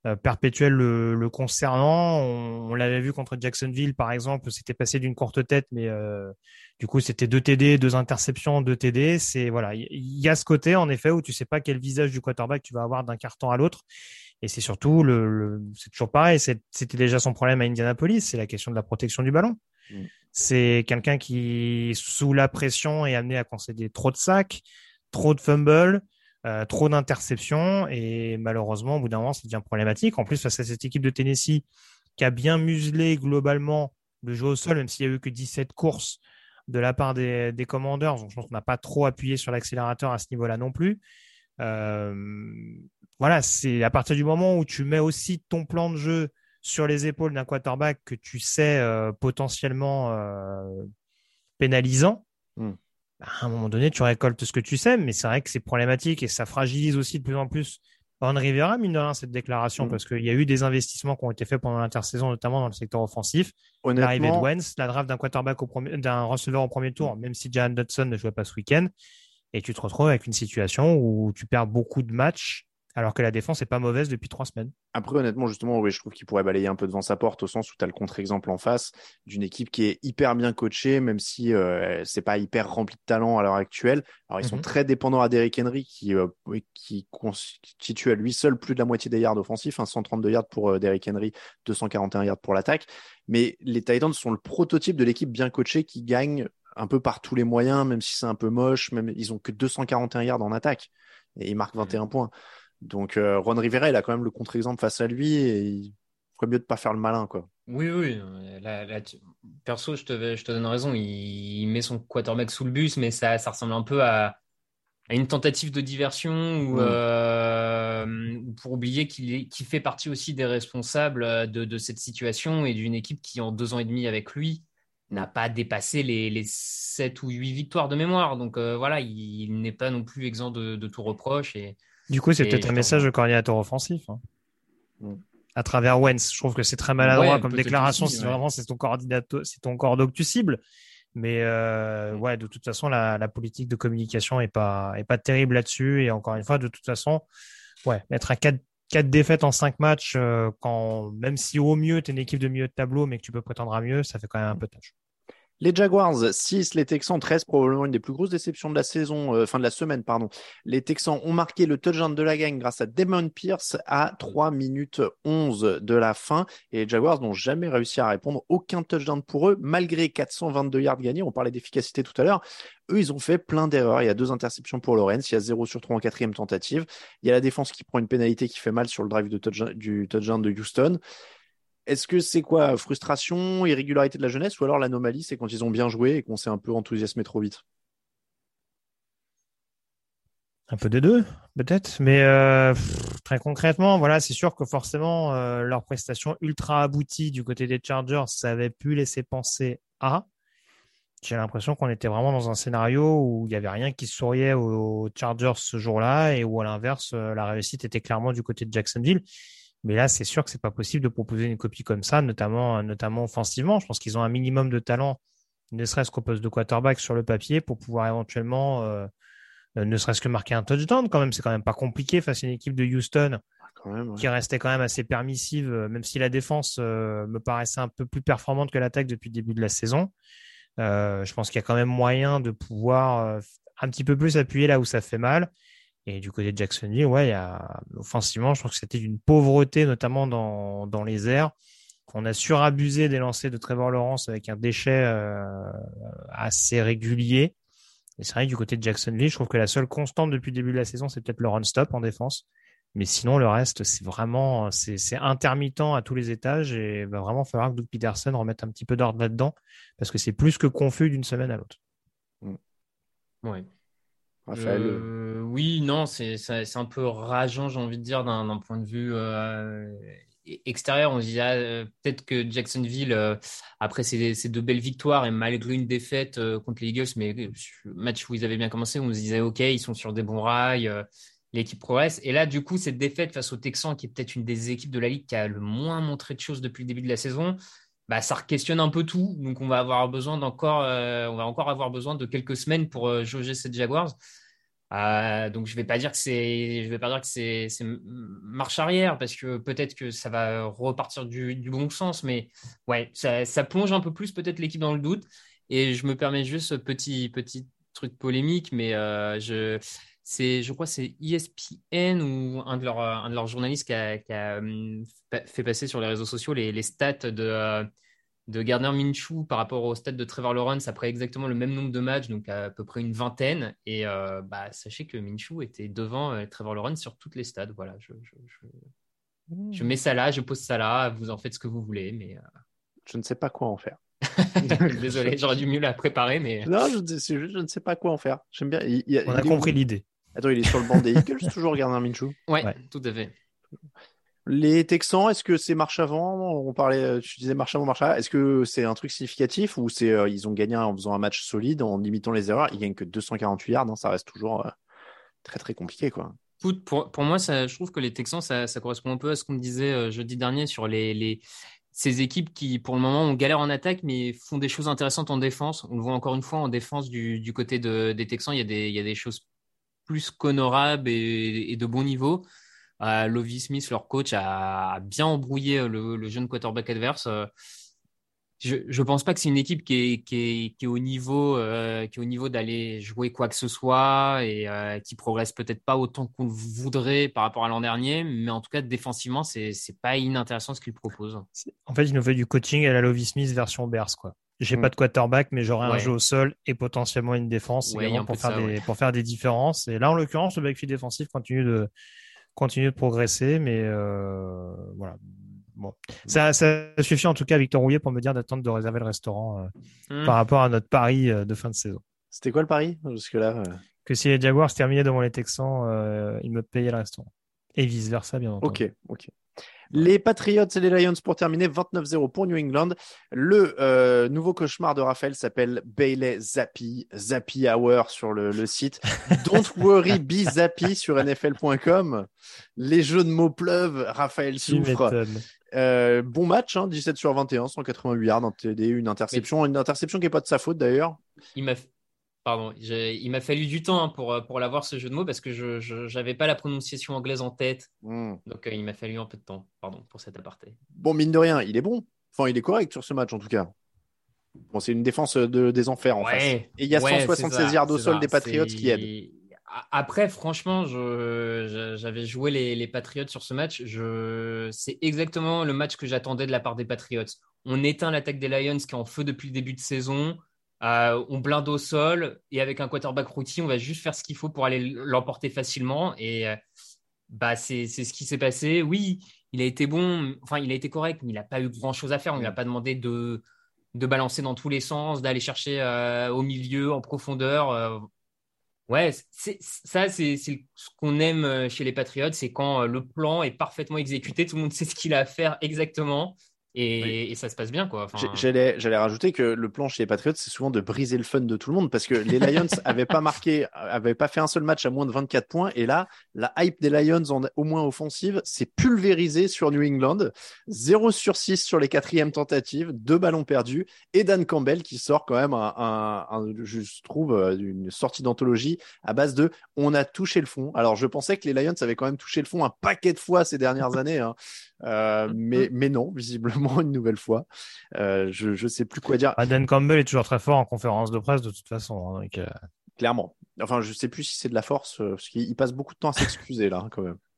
euh, perpétuel le, le concernant. On, on l'avait vu contre Jacksonville, par exemple, c'était passé d'une courte tête, mais euh, du coup, c'était deux T D, deux interceptions, deux T D. C'est voilà, il y, y a ce côté en effet où tu sais pas quel visage du quarterback tu vas avoir d'un quart-temps à l'autre. Et c'est surtout le, le c'est toujours pareil. C'est, c'était déjà son problème à Indianapolis, c'est la question de la protection du ballon. Mm. C'est quelqu'un qui, sous la pression, est amené à concéder trop de sacs, trop de fumbles, euh, trop d'interceptions. Et malheureusement, au bout d'un moment, ça devient problématique. En plus, face à cette équipe de Tennessee qui a bien muselé globalement le jeu au sol, même s'il n'y a eu que dix-sept courses de la part des, des Commanders. Donc, je pense qu'on n'a pas trop appuyé sur l'accélérateur à ce niveau-là non plus. Euh, voilà, c'est à partir du moment où tu mets aussi ton plan de jeu sur les épaules d'un quarterback que tu sais euh, potentiellement euh, pénalisant, mm. bah, à un moment donné, tu récoltes ce que tu sais, mais c'est vrai que c'est problématique et ça fragilise aussi de plus en plus Ron Rivera, mine de rien, cette déclaration, mm. parce qu'il y a eu des investissements qui ont été faits pendant l'intersaison, notamment dans le secteur offensif. L'arrivée de Wentz, la draft d'un quarterback au premier, d'un receveur au premier tour, mm. même si Jahan Dotson ne jouait pas ce week-end, et tu te retrouves avec une situation où tu perds beaucoup de matchs alors que la défense n'est pas mauvaise depuis trois semaines. Après, honnêtement, justement, oui, je trouve qu'il pourrait balayer un peu devant sa porte au sens où tu as le contre-exemple en face d'une équipe qui est hyper bien coachée, même si euh, c'est pas hyper rempli de talent à l'heure actuelle. Alors, ils mm-hmm. sont très dépendants à Derrick Henry qui, euh, qui constitue à lui seul plus de la moitié des yards offensifs, hein, cent trente-deux yards pour euh, Derrick Henry, deux cent quarante et un yards pour l'attaque. Mais les Titans sont le prototype de l'équipe bien coachée qui gagne un peu par tous les moyens, même si c'est un peu moche. Même, ils ont que deux cent quarante et un yards en attaque et ils marquent vingt et un mm-hmm. points. Donc, euh, Ron Rivera, il a quand même le contre-exemple face à lui et il ferait mieux de pas faire le malin, quoi. Oui, oui. Là, là, tu... Perso, je te, je te donne raison. Il, il met son quarterback sous le bus, mais ça, ça ressemble un peu à, à une tentative de diversion ou mmh. euh, pour oublier qu'il, est, qu'il fait partie aussi des responsables de, de cette situation et d'une équipe qui, en deux ans et demi avec lui, n'a pas dépassé les, les sept ou huit victoires de mémoire. Donc, euh, voilà, il, il n'est pas non plus exempt de, de tout reproche et du coup, c'est peut-être un message de coordinateur offensif. Hein. Mm. À travers Wentz. Je trouve que c'est très maladroit ouais, comme déclaration aussi, si ouais. vraiment c'est ton coordinateur, c'est ton cordeau que tu cibles. Mais euh, mm. ouais, de toute façon, la, la politique de communication est pas, est pas terrible là-dessus. Et encore une fois, de toute façon, ouais, mettre à quatre, quatre défaites en cinq matchs, euh, quand, même si au mieux, tu es une équipe de milieu de tableau, mais que tu peux prétendre à mieux, ça fait quand même un peu tâche. Les Jaguars, six, les Texans, treize, probablement une des plus grosses déceptions de la saison, euh, fin de la semaine, pardon. Les Texans ont marqué le touchdown de la gang grâce à Damon Pierce à trois minutes onze de la fin. Et les Jaguars n'ont jamais réussi à répondre. Aucun touchdown pour eux, malgré quatre cent vingt-deux yards gagnés. On parlait d'efficacité tout à l'heure. Eux, ils ont fait plein d'erreurs. Il y a deux interceptions pour Lawrence. Il y a zéro sur trois en quatrième tentative. Il y a la défense qui prend une pénalité qui fait mal sur le drive de touchdown, du touchdown de Houston. Est-ce que c'est quoi, frustration, irrégularité de la jeunesse, ou alors l'anomalie, c'est quand ils ont bien joué et qu'on s'est un peu enthousiasmé trop vite? Un peu des deux, peut-être. Mais euh, pff, très concrètement, voilà, c'est sûr que forcément, euh, leur prestation ultra aboutie du côté des Chargers, ça avait pu laisser penser à. J'ai l'impression qu'on était vraiment dans un scénario où il n'y avait rien qui souriait aux Chargers ce jour-là et où, à l'inverse, la réussite était clairement du côté de Jacksonville. Mais là, c'est sûr que c'est pas possible de proposer une copie comme ça, notamment, notamment offensivement. Je pense qu'ils ont un minimum de talent, ne serait-ce qu'au poste de quarterback sur le papier, pour pouvoir éventuellement, euh, ne serait-ce que marquer un touchdown. Quand même, c'est quand même pas compliqué face à une équipe de Houston quand même, ouais. qui restait quand même assez permissive, même si la défense euh, me paraissait un peu plus performante que l'attaque depuis le début de la saison. Euh, je pense qu'il y a quand même moyen de pouvoir euh, un petit peu plus appuyer là où ça fait mal. Et du côté de Jacksonville, ouais, il y a, offensivement, je trouve que c'était d'une pauvreté, notamment dans, dans les airs. On a surabusé des lancers de Trevor Lawrence avec un déchet euh, assez régulier. Et c'est vrai que du côté de Jacksonville, je trouve que la seule constante depuis le début de la saison, c'est peut-être le run-stop en défense. Mais sinon, le reste, c'est vraiment, c'est, c'est intermittent à tous les étages et il va vraiment falloir que Doug Peterson remette un petit peu d'ordre là-dedans parce que c'est plus que confus d'une semaine à l'autre. Ouais. Raphaël. Euh, oui, non, c'est, c'est, c'est un peu rageant, j'ai envie de dire, d'un, d'un point de vue euh, extérieur. On se dit, ah, euh, peut-être que Jacksonville, euh, après ces, ces deux belles victoires et malgré une défaite euh, contre les Eagles, mais le match où ils avaient bien commencé, on se disait, OK, ils sont sur des bons rails, euh, l'équipe progresse. Et là, du coup, cette défaite face aux Texans, qui est peut-être une des équipes de la Ligue qui a le moins montré de choses depuis le début de la saison, bah, ça questionne un peu tout. Donc, on va avoir besoin d'encore, euh, on va encore avoir besoin de quelques semaines pour euh, jauger cette Jaguars. Euh, donc je vais pas dire que c'est, je vais pas dire que c'est, c'est marche arrière parce que peut-être que ça va repartir du, du bon sens, mais ouais, ça, ça plonge un peu plus peut-être l'équipe dans le doute. Et je me permets juste ce petit petit truc polémique, mais euh, je c'est, je crois que c'est E S P N ou un de leurs un de leurs journalistes qui a, qui a hum, fait passer sur les réseaux sociaux les, les stats de euh, de Gardner Minshew par rapport au stade de Trevor Lawrence après exactement le même nombre de matchs, donc à peu près une vingtaine. Et euh, bah, sachez que Minshew était devant euh, Trevor Lawrence sur toutes les stades. Voilà, je, je, je, je mets ça là, je pose ça là, vous en faites ce que vous voulez. Mais Je ne sais pas quoi en faire. euh... désolé, j'aurais dû mieux la préparer, mais Non, je, c'est juste, je ne sais pas quoi en faire. J'aime bien. Il, il, On a il compris est... l'idée. Attends, il est sur le banc des Eagles, toujours Gardner Minshew. ouais, Ouais. tout à fait. Les Texans, est-ce que c'est marche avant? On parlait, tu disais marche avant, marche arrière. Est-ce que c'est un truc significatif ou c'est euh, ils ont gagné en faisant un match solide, en limitant les erreurs? Ils gagnent que deux cent quarante-huit yards, hein, ça reste toujours euh, très très compliqué, quoi. Écoute, Pour, pour moi, ça, je trouve que les Texans, ça, ça correspond un peu à ce qu'on me disait euh, jeudi dernier sur les, les, ces équipes qui, pour le moment, ont galère en attaque, mais font des choses intéressantes en défense. On le voit encore une fois en défense du, du côté de, des Texans, il y a des, il y a des choses plus qu'honorables et, et de bon niveau. Euh, Lovie Smith, leur coach, a bien embrouillé le, le jeune quarterback adverse. Euh, je je pense pas que c'est une équipe qui est qui est qui est au niveau euh, qui est au niveau d'aller jouer quoi que ce soit et euh, qui progresse peut-être pas autant qu'on le voudrait par rapport à l'an dernier, mais en tout cas défensivement c'est c'est pas inintéressant ce qu'ils proposent. En fait, il nous fait du coaching à la Lovie Smith version Bears, quoi. J'ai Mm. pas de quarterback, mais j'aurai un Ouais. jeu au sol et potentiellement une défense Ouais, il y a également un peu pour de faire ça, des ouais. pour faire des différences. Et là, en l'occurrence, le backfield défensif continue de continue de progresser, mais euh, voilà. Bon, ça, ça suffit en tout cas à Victor Rouillet pour me dire d'attendre de réserver le restaurant euh, Hmm. par rapport à notre pari euh, de fin de saison. C'était quoi le pari? Parce que là, euh, Que si les Jaguars se terminaient devant les Texans, euh, ils me payaient le restaurant. Et vice versa, bien entendu. ok, ok. Les Patriots et les Lions pour terminer, vingt-neuf zéro pour New England. Le euh, nouveau cauchemar de Raphaël s'appelle Bailey Zappi, Zappi Hour sur le, le site. Don't worry, be Zappi sur N F L point com. Les jeux de mots pleuvent, Raphaël Tu souffre. m'étonnes. Euh, bon match, hein, dix-sept sur vingt et un, cent quatre-vingt-huit yards, un T D, une interception, une interception qui n'est pas de sa faute d'ailleurs. Il m'a Pardon, j'ai- il m'a fallu du temps hein, pour, pour l'avoir ce jeu de mots parce que je je j'avais pas la prononciation anglaise en tête. Mm. Donc euh, il m'a fallu un peu de temps, pardon, pour cet aparté. Bon, mine de rien, il est bon. Enfin, il est correct sur ce match en tout cas. Bon, c'est une défense de, des enfers en face. Ouais, Et il y a ouais, cent soixante-seize c'est ça, yards au c'est sol ça. des Patriots C'est- qui aident. A- Après, franchement, je, je- j'avais joué les, les Patriots sur ce match. Je, c'est exactement le match que j'attendais de la part des Patriots. On éteint l'attaque des Lions qui est en feu depuis le début de saison. Euh, on blinde au sol et avec un quarterback rookie, on va juste faire ce qu'il faut pour aller l'emporter facilement. Et euh, bah, c'est, c'est ce qui s'est passé. Oui, il a été bon, enfin, il a été correct, mais il n'a pas eu grand-chose à faire. On ne lui a pas demandé de, de balancer dans tous les sens, d'aller chercher euh, au milieu, en profondeur. Euh, ouais, c'est, ça, c'est, c'est ce qu'on aime euh, chez les Patriots, c'est quand euh, le plan est parfaitement exécuté, tout le monde sait ce qu'il a à faire exactement et, Oui. et ça se passe bien, quoi. J'ai- Enfin, J'allais, j'allais rajouter que le plan chez les Patriots, c'est souvent de briser le fun de tout le monde parce que les Lions avaient pas marqué, avaient pas fait un seul match à moins de vingt-quatre points. Et là, la hype des Lions, en, au moins offensive, s'est pulvérisée sur New England. zéro sur six sur les quatrièmes tentatives, deux ballons perdus. Et Dan Campbell qui sort quand même un, un, un je trouve, euh, une sortie d'anthologie à base de on a touché le fond. Alors, je pensais que les Lions avaient quand même touché le fond un paquet de fois ces dernières années, hein. Euh, mais, mais non, visiblement une nouvelle fois. Euh, je ne sais plus quoi dire. Ah, Dan Campbell est toujours très fort en conférence de presse de toute façon. Hein, donc, euh... Clairement. Enfin, je sais plus si c'est de la force, euh, parce qu'il passe beaucoup de temps à s'excuser là, quand même.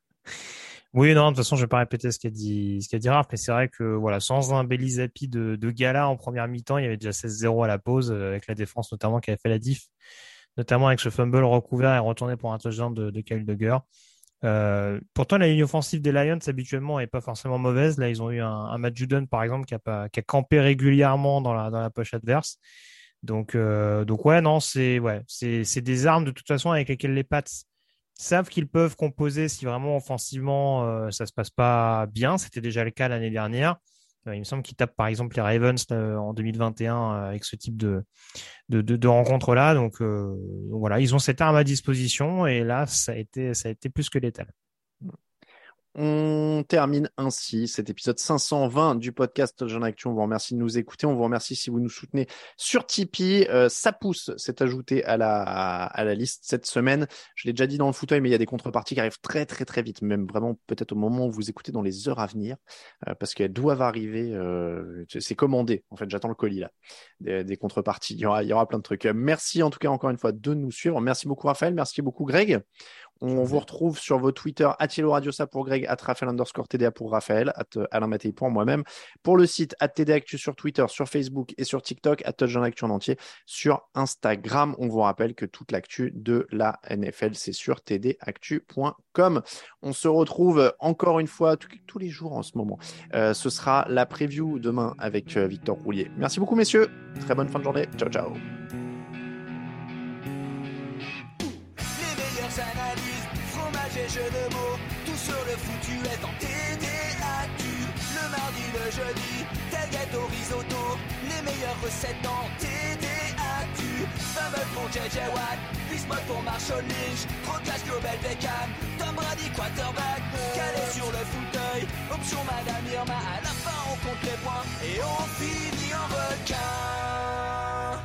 Oui, non, de toute façon, je vais pas répéter ce qu'a dit, ce qu'a dit Raph, mais c'est vrai que voilà, sans un Bailey Zappi de, de gala en première mi-temps, il y avait déjà seize zéro à la pause, euh, avec la défense notamment qui avait fait la diff, notamment avec ce fumble recouvert et retourné pour un touchdown de, de Kyle Duggar. Euh, pourtant, la ligne offensive des Lions habituellement est pas forcément mauvaise. Là, ils ont eu un, un Matt Judon par exemple qui a pas, qui a campé régulièrement dans la dans la poche adverse. Donc euh, donc ouais non c'est ouais c'est c'est des armes de toute façon avec lesquelles les Pats savent qu'ils peuvent composer si vraiment offensivement euh, ça se passe pas bien. C'était déjà le cas l'année dernière. Euh, il me semble qu'ils tapent par exemple les Ravens euh, en deux mille vingt et un euh, avec ce type de de, de, de rencontres là. Donc, euh, donc voilà, ils ont cette arme à disposition et là ça a été ça a été plus que létal. On termine ainsi cet épisode cinq cent vingt du podcast Touchdown Actu. On vous remercie de nous écouter. On vous remercie si vous nous soutenez sur Tipeee. Euh, ça pousse, c'est ajouté à la, à la liste cette semaine. Je l'ai déjà dit dans le fauteuil, mais il y a des contreparties qui arrivent très, très, très vite. Même vraiment peut-être au moment où vous écoutez dans les heures à venir, euh, parce qu'elles doivent arriver. Euh, c'est commandé. En fait, j'attends le colis là. Des, des contreparties. Il y aura, il y aura plein de trucs. Merci en tout cas encore une fois de nous suivre. Merci beaucoup Raphaël. Merci beaucoup Greg. On vous retrouve sur vos Twitter, at Yellow Radio, ça pour Greg, at Raphaël underscore T D A pour Raphaël, at Alain Mattei pour moi-même. Pour le site, at T D Actu sur Twitter, sur Facebook et sur TikTok, at Touchdown Actu en entier sur Instagram. On vous rappelle que toute l'actu de la N F L, c'est sur t d actu point com. On se retrouve encore une fois tous, tous les jours en ce moment. Euh, ce sera la preview demain avec euh, Victor Roulier. Merci beaucoup, messieurs. Très bonne fin de journée. Ciao, ciao. Jeux de mots, tout sur le foutu est en T D A Q. Le mardi, le jeudi, tailgate au risotto. Les meilleures recettes en T D A Q. Fumble pour J J Watt, Bismuth pour Marshall Lynch. Trocage Global Beckham, Tom Brady quarterback. Calé sur le fauteuil, option Madame Irma. À la fin on compte les points et on finit en requin.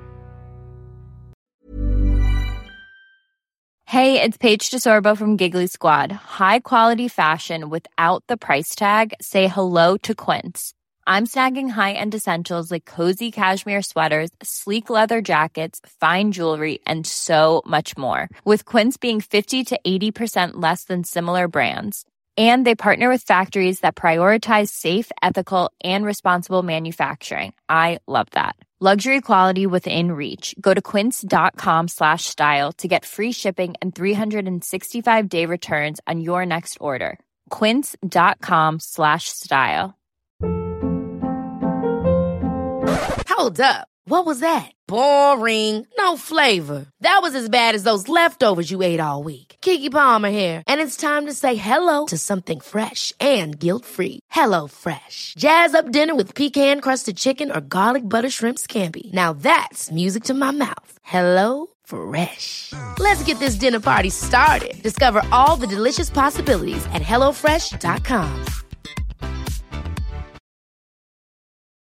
Hey, it's Paige DeSorbo from Giggly Squad. High quality fashion without the price tag. Say hello to Quince. I'm snagging high-end essentials like cozy cashmere sweaters, sleek leather jackets, fine jewelry, and so much more. With Quince being fifty to eighty percent less than similar brands. And they partner with factories that prioritize safe, ethical, and responsible manufacturing. I love that. Luxury quality within reach. Go to quince.com slash style to get free shipping and three sixty-five day returns on your next order. Quince.com slash style. Hold up. What was that? Boring. No flavor. That was as bad as those leftovers you ate all week. Keke Palmer here, and it's time to say hello to something fresh and guilt-free. Hello Fresh. Jazz up dinner with pecan-crusted chicken or garlic butter shrimp scampi. Now that's music to my mouth. Hello Fresh. Let's get this dinner party started. Discover all the delicious possibilities at hello fresh dot com.